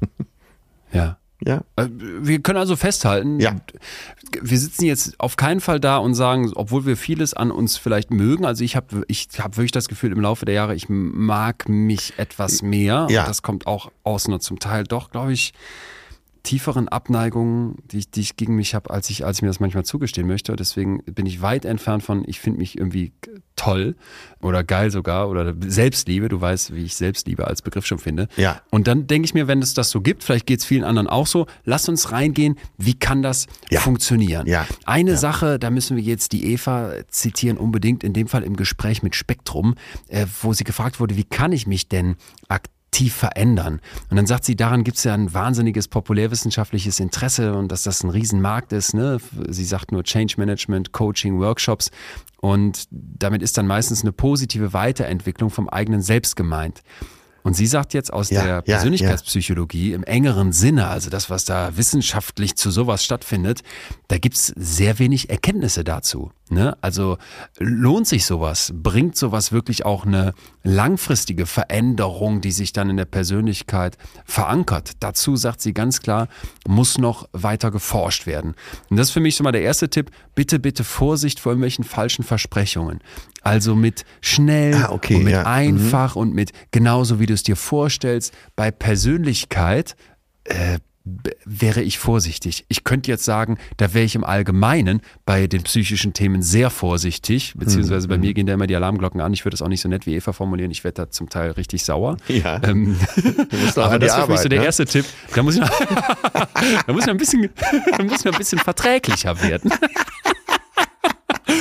Ja. Ja. Äh, Wir können also festhalten, Ja. wir sitzen jetzt auf keinen Fall da und sagen, obwohl wir vieles an uns vielleicht mögen, also ich habe ich hab wirklich das Gefühl im Laufe der Jahre, ich mag mich etwas mehr. Ja. Und das kommt auch aus einer zum Teil doch, glaube ich, tieferen Abneigungen, die ich, die ich gegen mich habe, als ich, als ich mir das manchmal zugestehen möchte. Deswegen bin ich weit entfernt von, ich finde mich irgendwie toll oder geil sogar oder Selbstliebe. Du weißt, wie ich Selbstliebe als Begriff schon finde. Ja. Und dann denke ich mir, wenn es das so gibt, vielleicht geht es vielen anderen auch so, lass uns reingehen, wie kann das Ja. funktionieren? Ja. Eine Ja. Sache, da müssen wir jetzt die Eva zitieren, unbedingt, in dem Fall im Gespräch mit Spektrum, äh, wo sie gefragt wurde, wie kann ich mich denn aktiv verändern. Und dann sagt sie, daran gibt es ja ein wahnsinniges populärwissenschaftliches Interesse und dass das ein Riesenmarkt ist. Ne? Sie sagt nur Change Management, Coaching, Workshops. Und damit ist dann meistens eine positive Weiterentwicklung vom eigenen Selbst gemeint. Und sie sagt jetzt aus Ja, der ja, Persönlichkeitspsychologie im engeren Sinne, also das, was da wissenschaftlich zu sowas stattfindet, da gibt's sehr wenig Erkenntnisse dazu. Ne? Also lohnt sich sowas? Bringt sowas wirklich auch eine langfristige Veränderung, die sich dann in der Persönlichkeit verankert? Dazu sagt sie ganz klar, muss noch weiter geforscht werden. Und das ist für mich schon mal der erste Tipp. Bitte, bitte Vorsicht vor irgendwelchen falschen Versprechungen. Also mit schnell Ah, okay, und mit ja. einfach und mit genauso wie du es dir vorstellst. Bei Persönlichkeit äh, b- wäre ich vorsichtig. Ich könnte jetzt sagen, da wäre ich im Allgemeinen bei den psychischen Themen sehr vorsichtig, beziehungsweise bei mir gehen da immer die Alarmglocken an. Ich würde es auch nicht so nett wie Eva formulieren. Ich werde da zum Teil richtig sauer. Ja. Ähm, Du musst doch aber an die das wäre für mich so Arbeit, der ne? erste Tipp. Da muss ich noch, da muss ich noch ein bisschen, da muss ich noch ein bisschen verträglicher werden.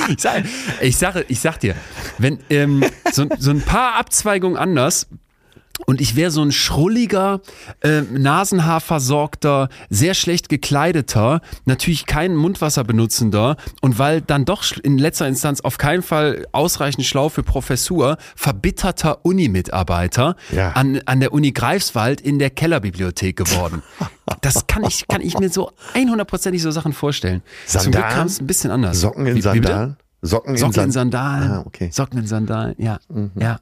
ich, sag, ich, sage, ich sag dir, wenn ähm, so, so ein paar Abzweigungen anders und ich wäre so ein schrulliger, äh, Nasenhaarversorgter, sehr schlecht gekleideter, natürlich kein Mundwasser benutzender und weil dann doch in letzter Instanz auf keinen Fall ausreichend schlau für Professur, verbitterter Uni-Mitarbeiter Ja. an, an der Uni Greifswald in der Kellerbibliothek geworden. Das kann ich, kann ich mir so hundertprozentig so Sachen vorstellen. Zum Glück kam es ein bisschen anders. Socken in Wie- wie bitte? Sandalen? Socken, Socken in in Sand- Sandalen. Ah, okay. Socken in Sandalen, ja. Ja,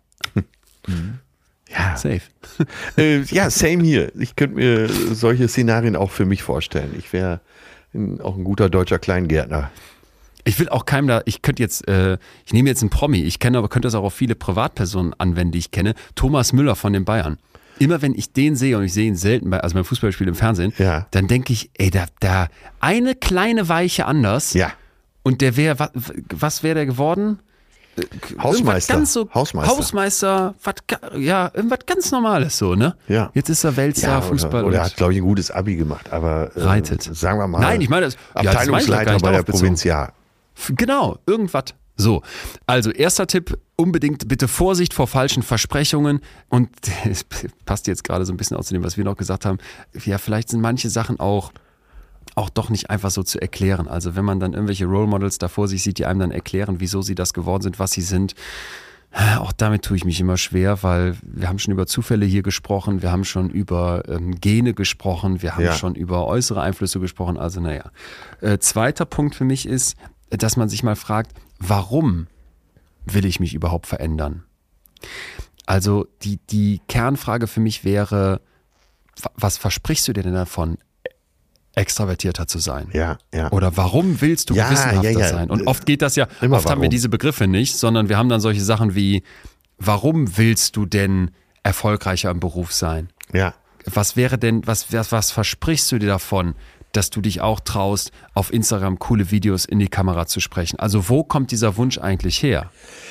Ja. safe. Äh, ja, same hier. Ich könnte mir solche Szenarien auch für mich vorstellen. Ich wäre auch ein guter deutscher Kleingärtner. Ich will auch keinem da, ich könnte jetzt, äh, ich nehme jetzt einen Promi, ich kenne aber, könnte das auch auf viele Privatpersonen anwenden, die ich kenne. Thomas Müller von den Bayern. Immer wenn ich den sehe, und ich sehe ihn selten bei, also beim Fußballspiel im Fernsehen, Ja. dann denke ich, ey, da, da eine kleine Weiche anders Ja. und der wäre, was, was wäre der geworden? Irgendwas Hausmeister. Ganz so, Hausmeister. Hausmeister, was, ga- ja, irgendwas ganz Normales so, ne? Ja. Jetzt ist er Weltstar, Ja, Fußball. oder, oder und hat, glaube ich, ein gutes Abi gemacht, aber äh, reitet. sagen wir mal, Nein, ich meine das- ja, das meine ich doch gar Abteilungsleiter nicht bei der darauf bezogen. Provinzial. F- Genau, irgendwas. So, also erster Tipp, unbedingt bitte Vorsicht vor falschen Versprechungen und es passt jetzt gerade so ein bisschen aus dem, was wir noch gesagt haben. Ja, vielleicht sind manche Sachen auch auch doch nicht einfach so zu erklären. Also wenn man dann irgendwelche Role Models da vor sich sieht, die einem dann erklären, wieso sie das geworden sind, was sie sind, auch damit tue ich mich immer schwer, weil wir haben schon über Zufälle hier gesprochen, wir haben schon über ähm, Gene gesprochen, wir haben Ja. schon über äußere Einflüsse gesprochen. Also naja. Äh, zweiter Punkt für mich ist, dass man sich mal fragt, warum will ich mich überhaupt verändern? Also die, die Kernfrage für mich wäre, wa- was versprichst du dir denn davon, extravertierter zu sein? Ja, ja. Oder warum willst du Ja, gewissenhafter ja, ja. sein? Und oft geht das ja, Immer oft haben wir warum. diese Begriffe nicht, sondern wir haben dann solche Sachen wie, warum willst du denn erfolgreicher im Beruf sein? Ja. Was wäre denn, was, was, was versprichst du dir davon, dass du dich auch traust, auf Instagram coole Videos in die Kamera zu sprechen? Also wo kommt dieser Wunsch eigentlich her?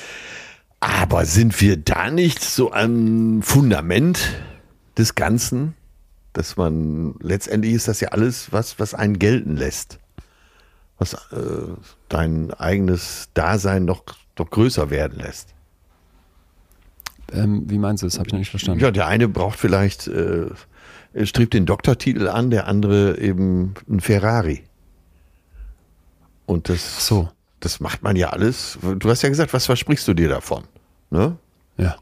Aber sind wir da nicht so am Fundament des Ganzen? Dass man, letztendlich ist das ja alles, was, was einen gelten lässt. Was äh, dein eigenes Dasein noch, noch größer werden lässt. Ähm, wie meinst du das? Habe ich noch nicht verstanden. Ja, der eine braucht vielleicht, äh, strebt den Doktortitel an, der andere eben einen Ferrari. Und das, so. das macht man ja alles. Du hast ja gesagt, was versprichst du dir davon? Ne? Ja.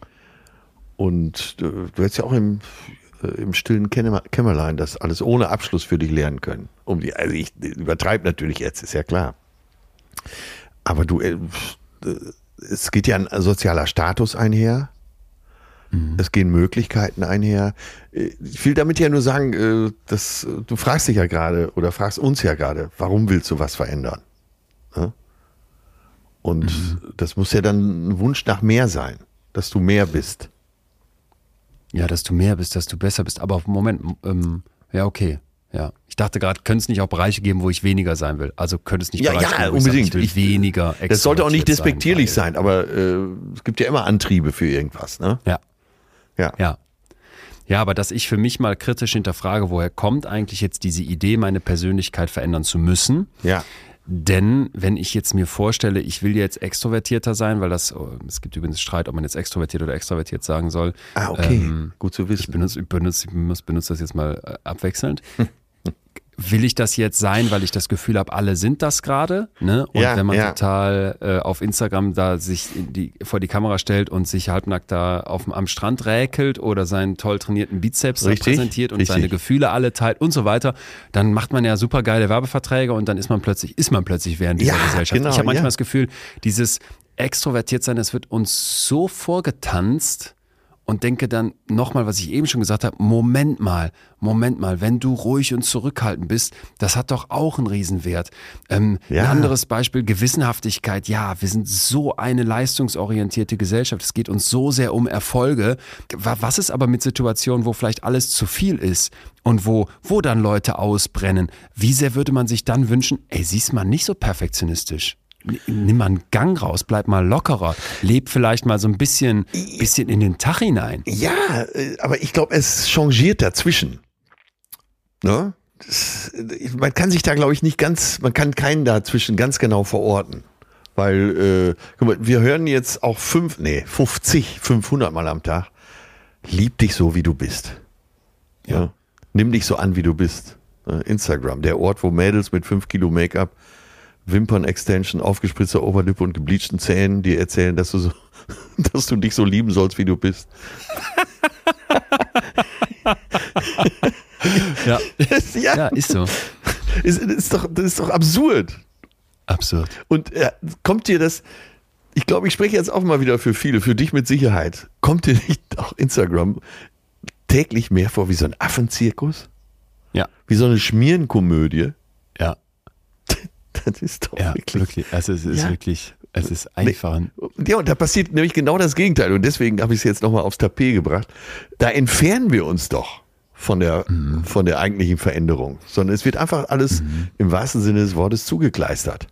Und äh, du hättest ja auch im, äh, im stillen Kämmer- Kämmerlein das alles ohne Abschluss für dich lernen können. Um die, also ich übertreibe natürlich jetzt, ist ja klar. Aber du, äh, es geht ja ein sozialer Status einher. Es gehen Möglichkeiten einher. Ich will damit ja nur sagen, dass du fragst dich ja gerade oder fragst uns ja gerade, warum willst du was verändern? Ja? Und mhm. das muss ja dann ein Wunsch nach mehr sein, dass du mehr bist. Ja, dass du mehr bist, dass du besser bist. Aber Moment, ähm, ja, okay. Ja, ich dachte gerade, könnte es nicht auch Bereiche geben, wo ich weniger sein will? Also könnte es nicht Ja, Bereiche ja, geben, wo ich sage, unbedingt. ich will weniger Das sollte auch nicht extrovertiert despektierlich sein, sein, aber äh, es gibt ja immer Antriebe für irgendwas. Ne? weil- Ja. Ja. Ja. Ja, aber dass ich für mich mal kritisch hinterfrage, woher kommt eigentlich jetzt diese Idee, meine Persönlichkeit verändern zu müssen? Ja. Denn wenn ich jetzt mir vorstelle, ich will jetzt extrovertierter sein, weil das, es gibt übrigens Streit, ob man jetzt extrovertiert oder extravertiert sagen soll. Ah, okay. Ähm, Gut zu ich wissen. benutze, ich benutze, ich muss, benutze das jetzt mal äh, abwechselnd. Will ich das jetzt sein, weil ich das Gefühl habe, alle sind das gerade? Ne? Und Ja, wenn man ja. total äh, auf Instagram da sich in die, vor die Kamera stellt und sich halbnackt da auf, dem- am Strand räkelt oder seinen toll trainierten Bizeps Richtig, präsentiert und richtig. seine Gefühle alle teilt und so weiter, dann macht man ja super geile Werbeverträge und dann ist man plötzlich, ist man plötzlich während dieser Ja, Gesellschaft. genau, ich habe manchmal ja. das Gefühl, dieses extrovertiert sein, es wird uns so vorgetanzt und denke dann nochmal, was ich eben schon gesagt habe, Moment mal, Moment mal, wenn du ruhig und zurückhaltend bist, das hat doch auch einen Riesenwert. Ähm, Ja. Ein anderes Beispiel, Gewissenhaftigkeit. Ja, wir sind so eine leistungsorientierte Gesellschaft, es geht uns so sehr um Erfolge. Wa- Was ist aber mit Situationen, wo vielleicht alles zu viel ist und wo, wo dann Leute ausbrennen? Wie sehr würde man sich dann wünschen, ey, siehst mal nicht so perfektionistisch. Nimm mal einen Gang raus, bleib mal lockerer, leb vielleicht mal so ein bisschen, bisschen in den Tag hinein. Ja, äh, aber ich glaube, es changiert dazwischen. Ne? Das, äh, man kann sich da, glaube ich, nicht ganz, man kann keinen dazwischen ganz genau verorten. Weil, äh, guck mal, wir hören jetzt auch fünf, nee, fünfzig, fünfhundert Mal am Tag. Lieb dich so, wie du bist. Ja. Ja. Nimm dich so an, wie du bist. Instagram, der Ort, wo Mädels mit fünf Kilo Make-up, Wimpern-Extension, aufgespritzter Oberlippe und gebleachten Zähnen dir erzählen, dass du so, dass du dich so lieben sollst, wie du bist. ja. ja. ja, ist so. Ist, ist doch, das ist doch absurd. Absurd. Und ja, kommt dir das, ich glaube, ich spreche jetzt auch mal wieder für viele, für dich mit Sicherheit, kommt dir nicht auch Instagram täglich mehr vor wie so ein Affenzirkus? Ja. Wie so eine Schmierenkomödie? Ja. Das ist doch ja, wirklich. wirklich. Also es ist ja. wirklich, es ist einfach. Nee. Ja, und da passiert nämlich genau das Gegenteil. Und deswegen habe ich es jetzt nochmal aufs Tapet gebracht. Da entfernen wir uns doch von der, mhm. von der eigentlichen Veränderung. Sondern es wird einfach alles mhm. im wahrsten Sinne des Wortes zugekleistert.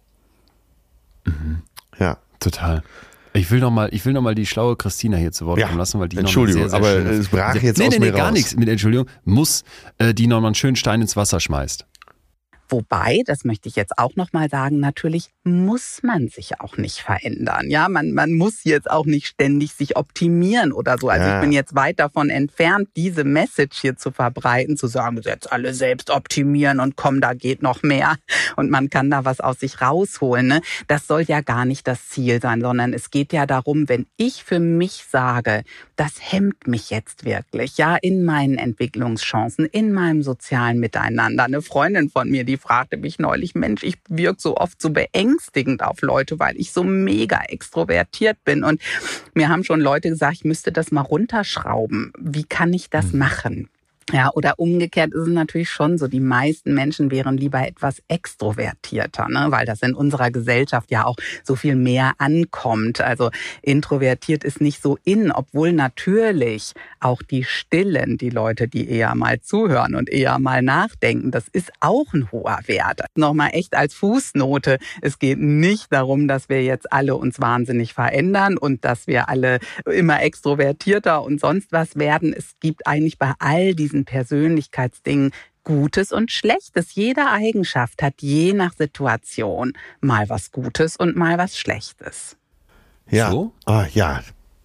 Mhm. Ja. Total. Ich will noch mal, ich will noch mal die schlaue Christina hier zu Wort ja. kommen lassen, weil die Entschuldigung, noch sehr, sehr aber es brach jetzt nee, aus nee, mir nee, raus. gar nichts mit Entschuldigung. Muss, äh, die noch mal einen schönen Stein ins Wasser schmeißt. Wobei, das möchte ich jetzt auch noch mal sagen, natürlich muss man sich auch nicht verändern. Ja, man, man muss jetzt auch nicht ständig sich optimieren oder so. Also ja. ich bin jetzt weit davon entfernt, diese Message hier zu verbreiten, zu sagen, jetzt alle selbst optimieren und komm, da geht noch mehr und man kann da was aus sich rausholen. Ne? Das soll ja gar nicht das Ziel sein, sondern es geht ja darum, wenn ich für mich sage, das hemmt mich jetzt wirklich, ja, in meinen Entwicklungschancen, in meinem sozialen Miteinander. Eine Freundin von mir, die fragte mich neulich, Mensch, ich wirke so oft so beängstigend auf Leute, weil ich so mega extrovertiert bin. Und mir haben schon Leute gesagt, ich müsste das mal runterschrauben. Wie kann ich das machen? Ja, oder umgekehrt ist es natürlich schon so, die meisten Menschen wären lieber etwas extrovertierter, ne? Weil das in unserer Gesellschaft ja auch so viel mehr ankommt. Also introvertiert ist nicht so in, obwohl natürlich auch die Stillen, die Leute, die eher mal zuhören und eher mal nachdenken, das ist auch ein hoher Wert. Nochmal echt als Fußnote, es geht nicht darum, dass wir jetzt alle uns wahnsinnig verändern und dass wir alle immer extrovertierter und sonst was werden. Es gibt eigentlich bei all diesen Persönlichkeitsdingen Gutes und Schlechtes. Jede Eigenschaft hat je nach Situation mal was Gutes und mal was Schlechtes. Ja, so? ah, ja,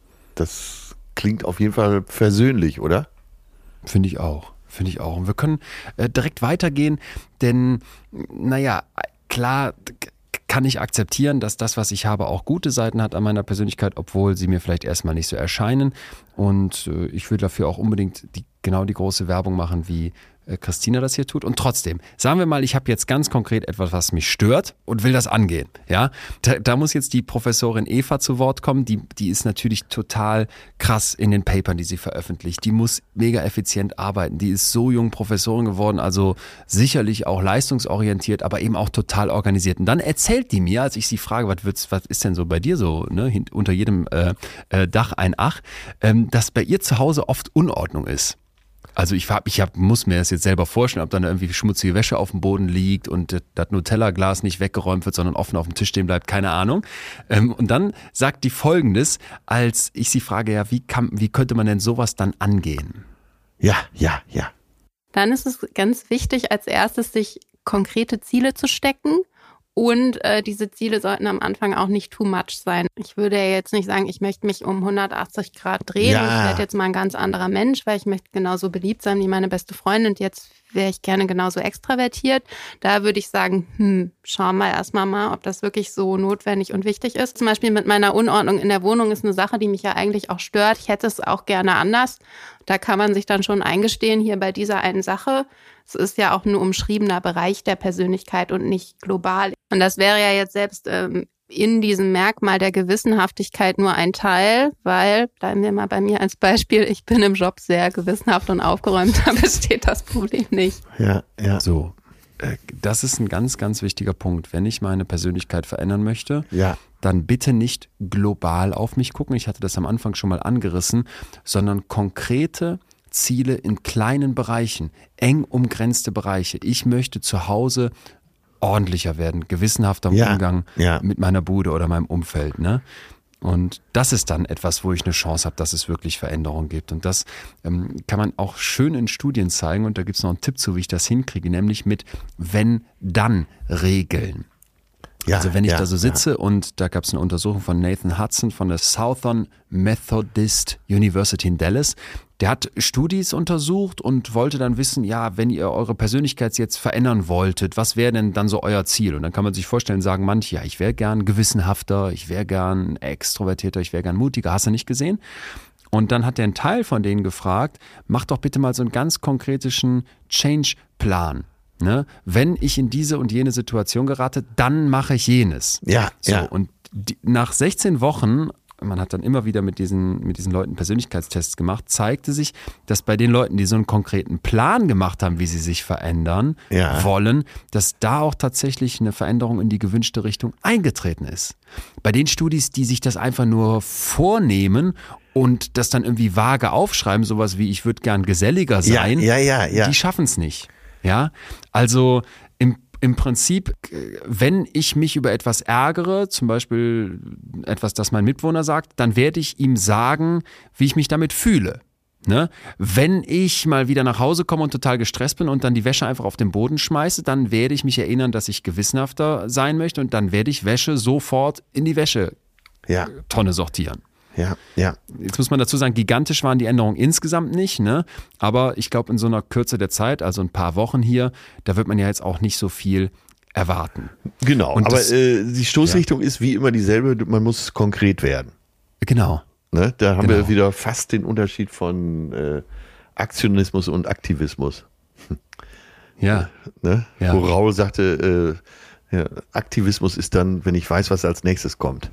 das klingt auf jeden Fall versöhnlich, oder? Finde ich auch, finde ich auch. Und wir können äh, direkt weitergehen, denn, naja, klar kann ich akzeptieren, dass das, was ich habe, auch gute Seiten hat an meiner Persönlichkeit, obwohl sie mir vielleicht erstmal nicht so erscheinen. Und äh, ich will dafür auch unbedingt die, genau die große Werbung machen, wie äh, Christina das hier tut. Und trotzdem, sagen wir mal, ich habe jetzt ganz konkret etwas, was mich stört und will das angehen. Ja, da, da muss jetzt die Professorin Eva zu Wort kommen. Die, die ist natürlich total krass in den Papern, die sie veröffentlicht. Die muss mega effizient arbeiten. Die ist so jung Professorin geworden, also sicherlich auch leistungsorientiert, aber eben auch total organisiert. Und dann erzählt die mir, als ich sie frage, was, wird's, was ist denn so bei dir so, ne, hint, unter jedem äh, äh, Dach ein Ach, ähm, dass bei ihr zu Hause oft Unordnung ist. Also ich, hab, ich hab, muss mir das jetzt selber vorstellen, ob dann irgendwie schmutzige Wäsche auf dem Boden liegt und das Nutella-Glas nicht weggeräumt wird, sondern offen auf dem Tisch stehen bleibt, keine Ahnung. Ähm, und dann sagt die Folgendes, als ich sie frage, ja, wie, kann, wie könnte man denn sowas dann angehen? Ja, ja, ja. Dann ist es ganz wichtig, als erstes sich konkrete Ziele zu stecken. Und äh, diese Ziele sollten am Anfang auch nicht too much sein. Ich würde ja jetzt nicht sagen, ich möchte mich um hundertachtzig Grad drehen ja. und ich werde jetzt mal ein ganz anderer Mensch, weil ich möchte genauso beliebt sein wie meine beste Freundin und jetzt wäre ich gerne genauso extravertiert. Da würde ich sagen, hm, schauen wir erstmal mal, ob das wirklich so notwendig und wichtig ist. Zum Beispiel mit meiner Unordnung in der Wohnung ist eine Sache, die mich ja eigentlich auch stört. Ich hätte es auch gerne anders. Da kann man sich dann schon eingestehen, hier bei dieser einen Sache. Es ist ja auch ein umschriebener Bereich der Persönlichkeit und nicht global. Und das wäre ja jetzt selbst ähm, in diesem Merkmal der Gewissenhaftigkeit nur ein Teil, weil, bleiben wir mal bei mir als Beispiel, ich bin im Job sehr gewissenhaft und aufgeräumt, da besteht das Problem nicht. Ja, ja. So, äh, das ist ein ganz, ganz wichtiger Punkt. Wenn ich meine Persönlichkeit verändern möchte, ja. dann bitte nicht global auf mich gucken. Ich hatte das am Anfang schon mal angerissen, sondern konkrete Ziele in kleinen Bereichen, eng umgrenzte Bereiche. Ich möchte zu Hause ordentlicher werden, gewissenhafter im ja, Umgang ja. mit meiner Bude oder meinem Umfeld. Ne? Und das ist dann etwas, wo ich eine Chance habe, dass es wirklich Veränderungen gibt. Und das ähm, kann man auch schön in Studien zeigen. Und da gibt es noch einen Tipp zu, wie ich das hinkriege, nämlich mit Wenn-Dann-Regeln. Ja, also wenn ich ja, da so sitze ja. und da gab es eine Untersuchung von Nathan Hudson von der Southern Methodist University in Dallas. Der hat Studis untersucht und wollte dann wissen, ja, wenn ihr eure Persönlichkeit jetzt verändern wolltet, was wäre denn dann so euer Ziel? Und dann kann man sich vorstellen, sagen manche, ja, ich wäre gern gewissenhafter, ich wäre gern extrovertierter, ich wäre gern mutiger, hast du nicht gesehen? Und dann hat er einen Teil von denen gefragt, mach doch bitte mal so einen ganz konkretischen Change-Plan. Ne? Wenn ich in diese und jene Situation gerate, dann mache ich jenes. Ja, so, ja. Und die, nach sechzehn Wochen, man hat dann immer wieder mit diesen, mit diesen Leuten Persönlichkeitstests gemacht, zeigte sich, dass bei den Leuten, die so einen konkreten Plan gemacht haben, wie sie sich verändern Ja. wollen, dass da auch tatsächlich eine Veränderung in die gewünschte Richtung eingetreten ist. Bei den Studis, die sich das einfach nur vornehmen und das dann irgendwie vage aufschreiben, sowas wie ich würde gern geselliger sein, Ja, ja, ja, ja. die schaffen es nicht. Ja, also im, im Prinzip, wenn ich mich über etwas ärgere, zum Beispiel etwas, das mein Mitwohner sagt, dann werde ich ihm sagen, wie ich mich damit fühle. Ne? Wenn ich mal wieder nach Hause komme und total gestresst bin und dann die Wäsche einfach auf den Boden schmeiße, dann werde ich mich erinnern, dass ich gewissenhafter sein möchte und dann werde ich Wäsche sofort in die Wäschetonne Ja, sortieren. ja, ja. Jetzt muss man dazu sagen, gigantisch waren die Änderungen insgesamt nicht, ne? Aber ich glaube, in so einer Kürze der Zeit, also ein paar Wochen hier, da wird man ja jetzt auch nicht so viel erwarten. Genau, Und aber das- äh, die Stoßrichtung ist wie immer dieselbe, man muss konkret werden. Genau. Ne? Da haben Genau. wir wieder fast den Unterschied von äh, Aktionismus und Aktivismus. Ja. Ne? Ja. Wo Raul sagte, äh, ja, Aktivismus ist dann, wenn ich weiß, was als nächstes kommt.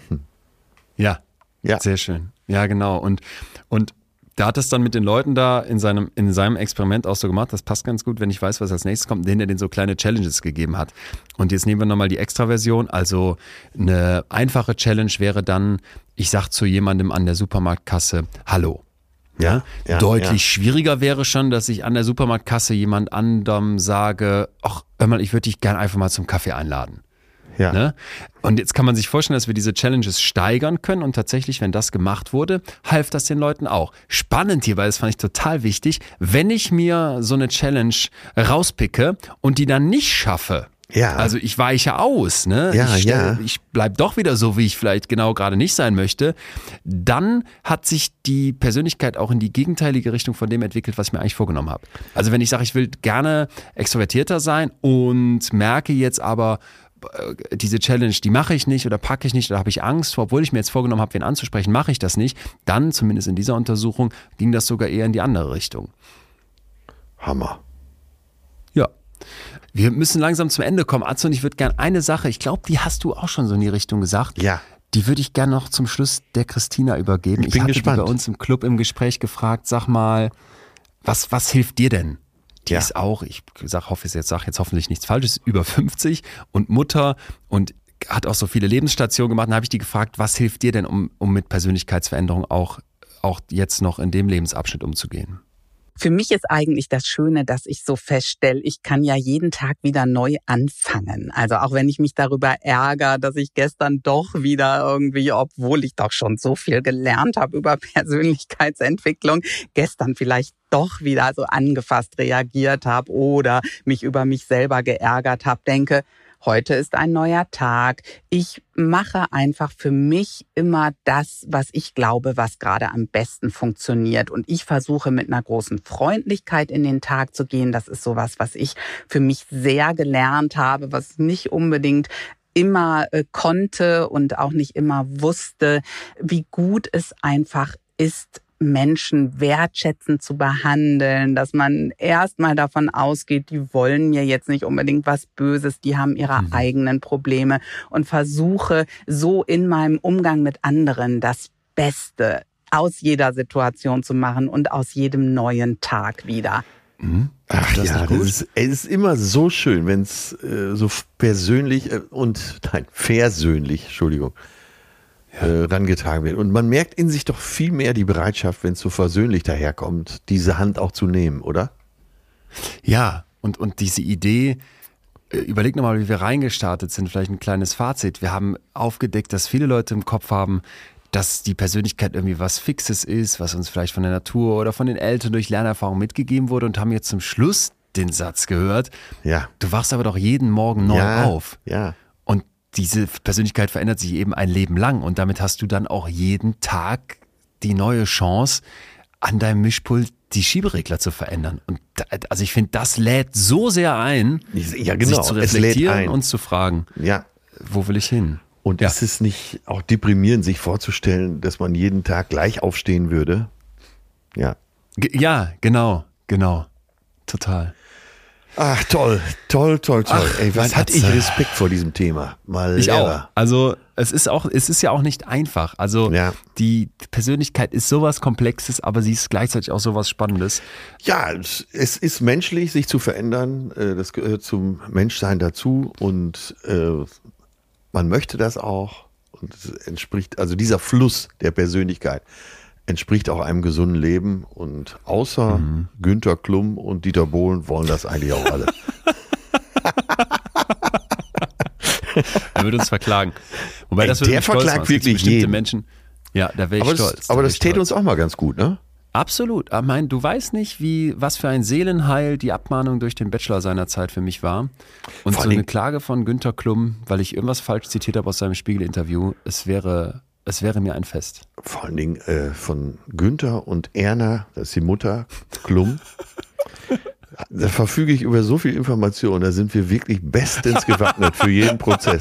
Ja. Ja. Sehr schön. Ja, genau. Und, und da hat es dann mit den Leuten da in seinem, in seinem Experiment auch so gemacht, das passt ganz gut, wenn ich weiß, was als nächstes kommt, denen er denen so kleine Challenges gegeben hat. Und jetzt nehmen wir nochmal die Extra-Version. Also eine einfache Challenge wäre dann, ich sag zu jemandem an der Supermarktkasse, hallo. Ja, ja, Deutlich ja. schwieriger wäre schon, dass ich an der Supermarktkasse jemand anderem sage, ach, hör mal, ich würde dich gern einfach mal zum Kaffee einladen. Ja. Ne? Und jetzt kann man sich vorstellen, dass wir diese Challenges steigern können und tatsächlich, wenn das gemacht wurde, half das den Leuten auch. Spannend hierbei, das fand ich total wichtig, wenn ich mir so eine Challenge rauspicke und die dann nicht schaffe, Ja. also ich weiche aus, ne? Ja, ich, stell- ja. ich bleib doch wieder so, wie ich vielleicht genau gerade nicht sein möchte, dann hat sich die Persönlichkeit auch in die gegenteilige Richtung von dem entwickelt, was ich mir eigentlich vorgenommen habe. Also wenn ich sage, ich will gerne extrovertierter sein und merke jetzt aber, äh, diese Challenge, die mache ich nicht oder packe ich nicht oder habe ich Angst, obwohl ich mir jetzt vorgenommen habe, wen anzusprechen, mache ich das nicht, dann, zumindest in dieser Untersuchung, ging das sogar eher in die andere Richtung. Hammer. Ja. Wir müssen langsam zum Ende kommen. Atze, und ich würde gerne eine Sache, ich glaube, die hast du auch schon so in die Richtung gesagt. Ja. Die würde ich gerne noch zum Schluss der Christina übergeben. Ich bin hatte gespannt. die bei uns im Club im Gespräch gefragt, sag mal, was, was hilft dir denn? Die Ja. ist auch, ich sag, hoffe jetzt, sag jetzt hoffentlich nichts Falsches, über fünfzig und Mutter und hat auch so viele Lebensstationen gemacht. Dann habe ich die gefragt, was hilft dir denn, um, um mit Persönlichkeitsveränderung auch, auch jetzt noch in dem Lebensabschnitt umzugehen? Für mich ist eigentlich das Schöne, dass ich so feststelle, ich kann ja jeden Tag wieder neu anfangen. Also auch wenn ich mich darüber ärgere, dass ich gestern doch wieder irgendwie, obwohl ich doch schon so viel gelernt habe über Persönlichkeitsentwicklung, gestern vielleicht doch wieder so angefasst reagiert habe oder mich über mich selber geärgert habe, denke, heute ist ein neuer Tag. Ich mache einfach für mich immer das, was ich glaube, was gerade am besten funktioniert. Und ich versuche mit einer großen Freundlichkeit in den Tag zu gehen. Das ist sowas, was ich für mich sehr gelernt habe, was nicht unbedingt immer äh, konnte und auch nicht immer wusste, wie gut es einfach ist, Menschen wertschätzend zu behandeln, dass man erstmal davon ausgeht, die wollen mir jetzt nicht unbedingt was Böses, die haben ihre mhm. eigenen Probleme und versuche so in meinem Umgang mit anderen das Beste aus jeder Situation zu machen und aus jedem neuen Tag wieder. Mhm. Ach das ja, das ist, es ist immer so schön, wenn es äh, so persönlich äh, und, nein, versöhnlich, Entschuldigung, Äh, rangetragen wird. Und man merkt in sich doch viel mehr die Bereitschaft, wenn es so versöhnlich daherkommt, diese Hand auch zu nehmen, oder? Ja, und, und diese Idee, äh, überleg nochmal, wie wir reingestartet sind, vielleicht ein kleines Fazit. Wir haben aufgedeckt, dass viele Leute im Kopf haben, dass die Persönlichkeit irgendwie was Fixes ist, was uns vielleicht von der Natur oder von den Eltern durch Lernerfahrung mitgegeben wurde und haben jetzt zum Schluss den Satz gehört, Ja. du wachst aber doch jeden Morgen neu ja, auf. Ja. Und diese Persönlichkeit verändert sich eben ein Leben lang und damit hast du dann auch jeden Tag die neue Chance, an deinem Mischpult die Schieberegler zu verändern. Und da, also ich finde, das lädt so sehr ein, ja, genau. sich zu reflektieren und zu fragen, ja. wo will ich hin? Und ja. ist es nicht auch deprimierend, sich vorzustellen, dass man jeden Tag gleich aufstehen würde? Ja. G- ja, genau, genau. Total. Ach, toll, toll, toll, toll. Ach, Ey, was mein hatte ich Atze. Respekt vor diesem Thema? Mal Ich Lehrer. auch. Also es ist auch, es ist ja auch nicht einfach. Also Ja. die Persönlichkeit ist sowas Komplexes, aber sie ist gleichzeitig auch sowas Spannendes. Ja, es es ist menschlich, sich zu verändern. Äh, Das gehört zum Menschsein dazu und äh, man möchte das auch. Und es entspricht, also dieser Fluss der Persönlichkeit entspricht auch einem gesunden Leben. Und außer Mhm. Günter Klum und Dieter Bohlen wollen das eigentlich auch alle. Er würde uns verklagen. Wobei Ey, das würde der mich stolz verklagt machen. Es gibt wirklich bestimmte jeden. Menschen. Ja, da wäre ich Aber stolz. das, aber Da wär das ich täte stolz. uns auch mal ganz gut, ne? Absolut. Ich meine, du weißt nicht, wie, was für ein Seelenheil die Abmahnung durch den Bachelor seiner Zeit für mich war. Und Vor so allen eine Dingen- Klage von Günter Klum, weil ich irgendwas falsch zitiert habe aus seinem Spiegel-Interview, es wäre, es wäre mir ein Fest. Vor allen Dingen äh, von Günther und Erna, das ist die Mutter, Klum. Da verfüge ich über so viel Information, da sind wir wirklich bestens gewappnet für jeden Prozess.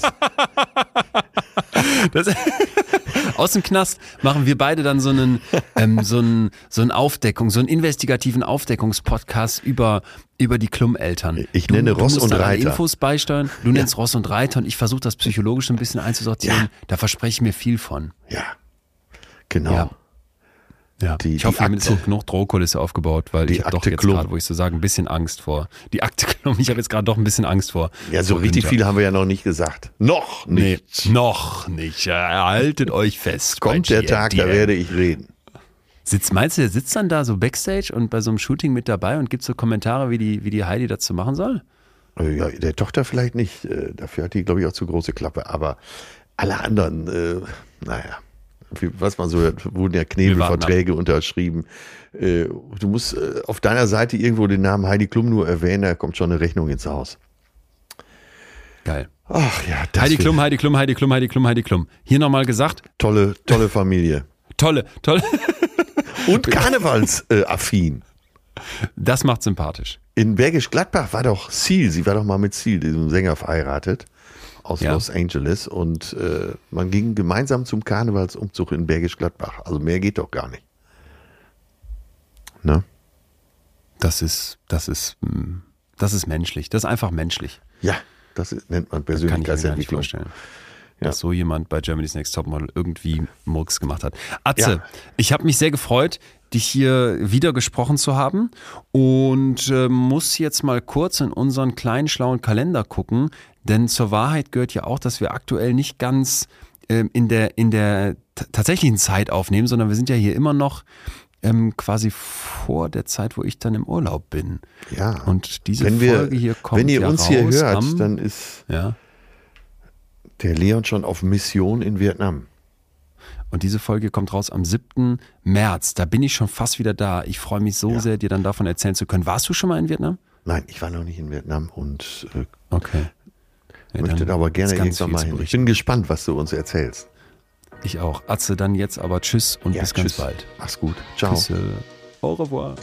Das, aus dem Knast machen wir beide dann so einen, ähm, so einen, so einen Aufdeckung, so einen investigativen Aufdeckungspodcast über, über die Klum-Eltern. Ich Du- nenne du Ross musst und da alle Reiter. Infos beisteuern. Du nennst Ross und Reiter und ich versuche das psychologisch ein bisschen einzusortieren. Ja. Da verspreche ich mir viel von. Ja, genau. Ja. Ja. Die- ich hoffe, die wir haben jetzt Akte. auch genug Drohkulisse aufgebaut, weil Die ich habe doch Akte jetzt Klum. gerade, wo ich so sage, ein bisschen Angst vor. Die Akte Klum, ich habe jetzt gerade doch ein bisschen Angst vor. Ja, so vor richtig Günther. viel haben wir ja noch nicht gesagt. Noch Nee, nicht. noch nicht. Ja, haltet euch fest. Kommt bei der Tag, da G M D. werde ich reden. Sitzt, meinst du, der sitzt dann da so Backstage und bei so einem Shooting mit dabei und gibt so Kommentare, wie die, wie die Heidi dazu machen soll? Äh, Ja, der Tochter vielleicht nicht. Äh, Dafür hat die, glaube ich, auch zu große Klappe. Aber alle anderen, äh, naja, wie- was man so hört, wurden ja Knebelverträge unterschrieben. Äh, Du musst äh, auf deiner Seite irgendwo den Namen Heidi Klum nur erwähnen, da kommt schon eine Rechnung ins Haus. Geil. Ach ja, das Heidi wird Klum, Heidi Klum, Heidi Klum, Heidi Klum, Heidi Klum. Hier nochmal gesagt, tolle, tolle Familie. tolle, tolle. Und karnevalsaffin. Das macht sympathisch. In Bergisch Gladbach war doch Seal, sie war doch mal mit Seal, diesem Sänger, verheiratet aus Ja. Los Angeles und äh, man ging gemeinsam zum Karnevalsumzug in Bergisch Gladbach. Also mehr geht doch gar nicht. Ne? Das ist, das ist, mm, das ist menschlich. Das ist einfach menschlich. Ja, das ist, nennt man Kann ich mir gar nicht Persönlichkeitsentwicklung. vorstellen. Ja. Dass so jemand bei Germany's Next Topmodel irgendwie Murks gemacht hat. Atze, Ja. ich habe mich sehr gefreut, dich hier wieder gesprochen zu haben und äh, muss jetzt mal kurz in unseren kleinen schlauen Kalender gucken, denn zur Wahrheit gehört ja auch, dass wir aktuell nicht ganz ähm, in der, in der t- tatsächlichen Zeit aufnehmen, sondern wir sind ja hier immer noch ähm, quasi vor der Zeit, wo ich dann im Urlaub bin. Ja. Und diese wenn wir, Folge hier kommt wenn ihr ja uns raus hier hört, am, dann ist ja. der Leon schon auf Mission in Vietnam. Und diese Folge kommt raus am siebten März. Da bin ich schon fast wieder da. Ich freue mich so Ja. sehr, dir dann davon erzählen zu können. Warst du schon mal in Vietnam? Nein, ich war noch nicht in Vietnam und äh, Okay. Ja, möchte dann aber gerne ist ganz irgendwann viel mal zu hin. Ich berichten. bin gespannt, was du uns erzählst. Ich auch. Atze, dann jetzt aber tschüss und Ja, bis ganz tschüss. bald. Mach's gut. Ciao. Küsse. Au revoir.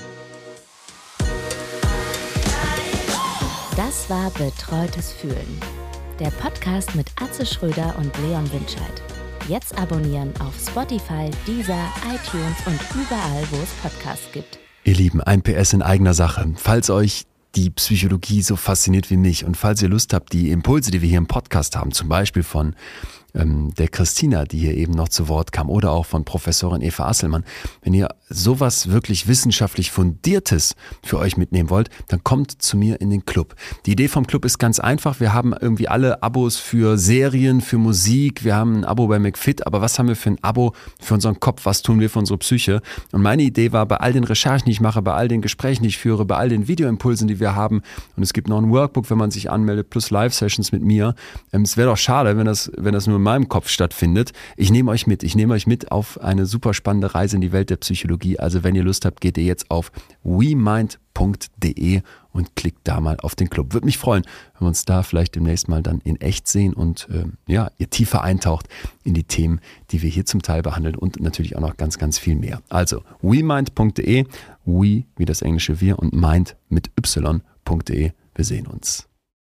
Das war Betreutes Fühlen. Der Podcast mit Atze Schröder und Leon Winscheid. Jetzt abonnieren auf Spotify, Deezer, iTunes und überall, wo es Podcasts gibt. Ihr Lieben, ein P S in eigener Sache. Falls euch die Psychologie so fasziniert wie mich und falls ihr Lust habt, die Impulse, die wir hier im Podcast haben, zum Beispiel von ähm, der Christina, die hier eben noch zu Wort kam, oder auch von Professorin Eva Asselmann, wenn ihr sowas wirklich wissenschaftlich Fundiertes für euch mitnehmen wollt, dann kommt zu mir in den Club. Die Idee vom Club ist ganz einfach. Wir haben irgendwie alle Abos für Serien, für Musik. Wir haben ein Abo bei McFit. Aber was haben wir für ein Abo für unseren Kopf? Was tun wir für unsere Psyche? Und meine Idee war, bei all den Recherchen, die ich mache, bei all den Gesprächen, die ich führe, bei all den Videoimpulsen, die wir haben, und es gibt noch ein Workbook, wenn man sich anmeldet, plus Live-Sessions mit mir. Ähm, es wäre doch schade, wenn das, wenn das nur in meinem Kopf stattfindet. Ich nehme euch mit. Ich nehme euch mit auf eine super spannende Reise in die Welt der Psychologie. Also wenn ihr Lust habt, geht ihr jetzt auf wemind punkt de und klickt da mal auf den Club. Würde mich freuen, wenn wir uns da vielleicht demnächst mal dann in echt sehen und äh, ja, ihr tiefer eintaucht in die Themen, die wir hier zum Teil behandeln und natürlich auch noch ganz, ganz viel mehr. Also wemind punkt de, we wie das englische wir und mind mit y punkt de. Wir sehen uns.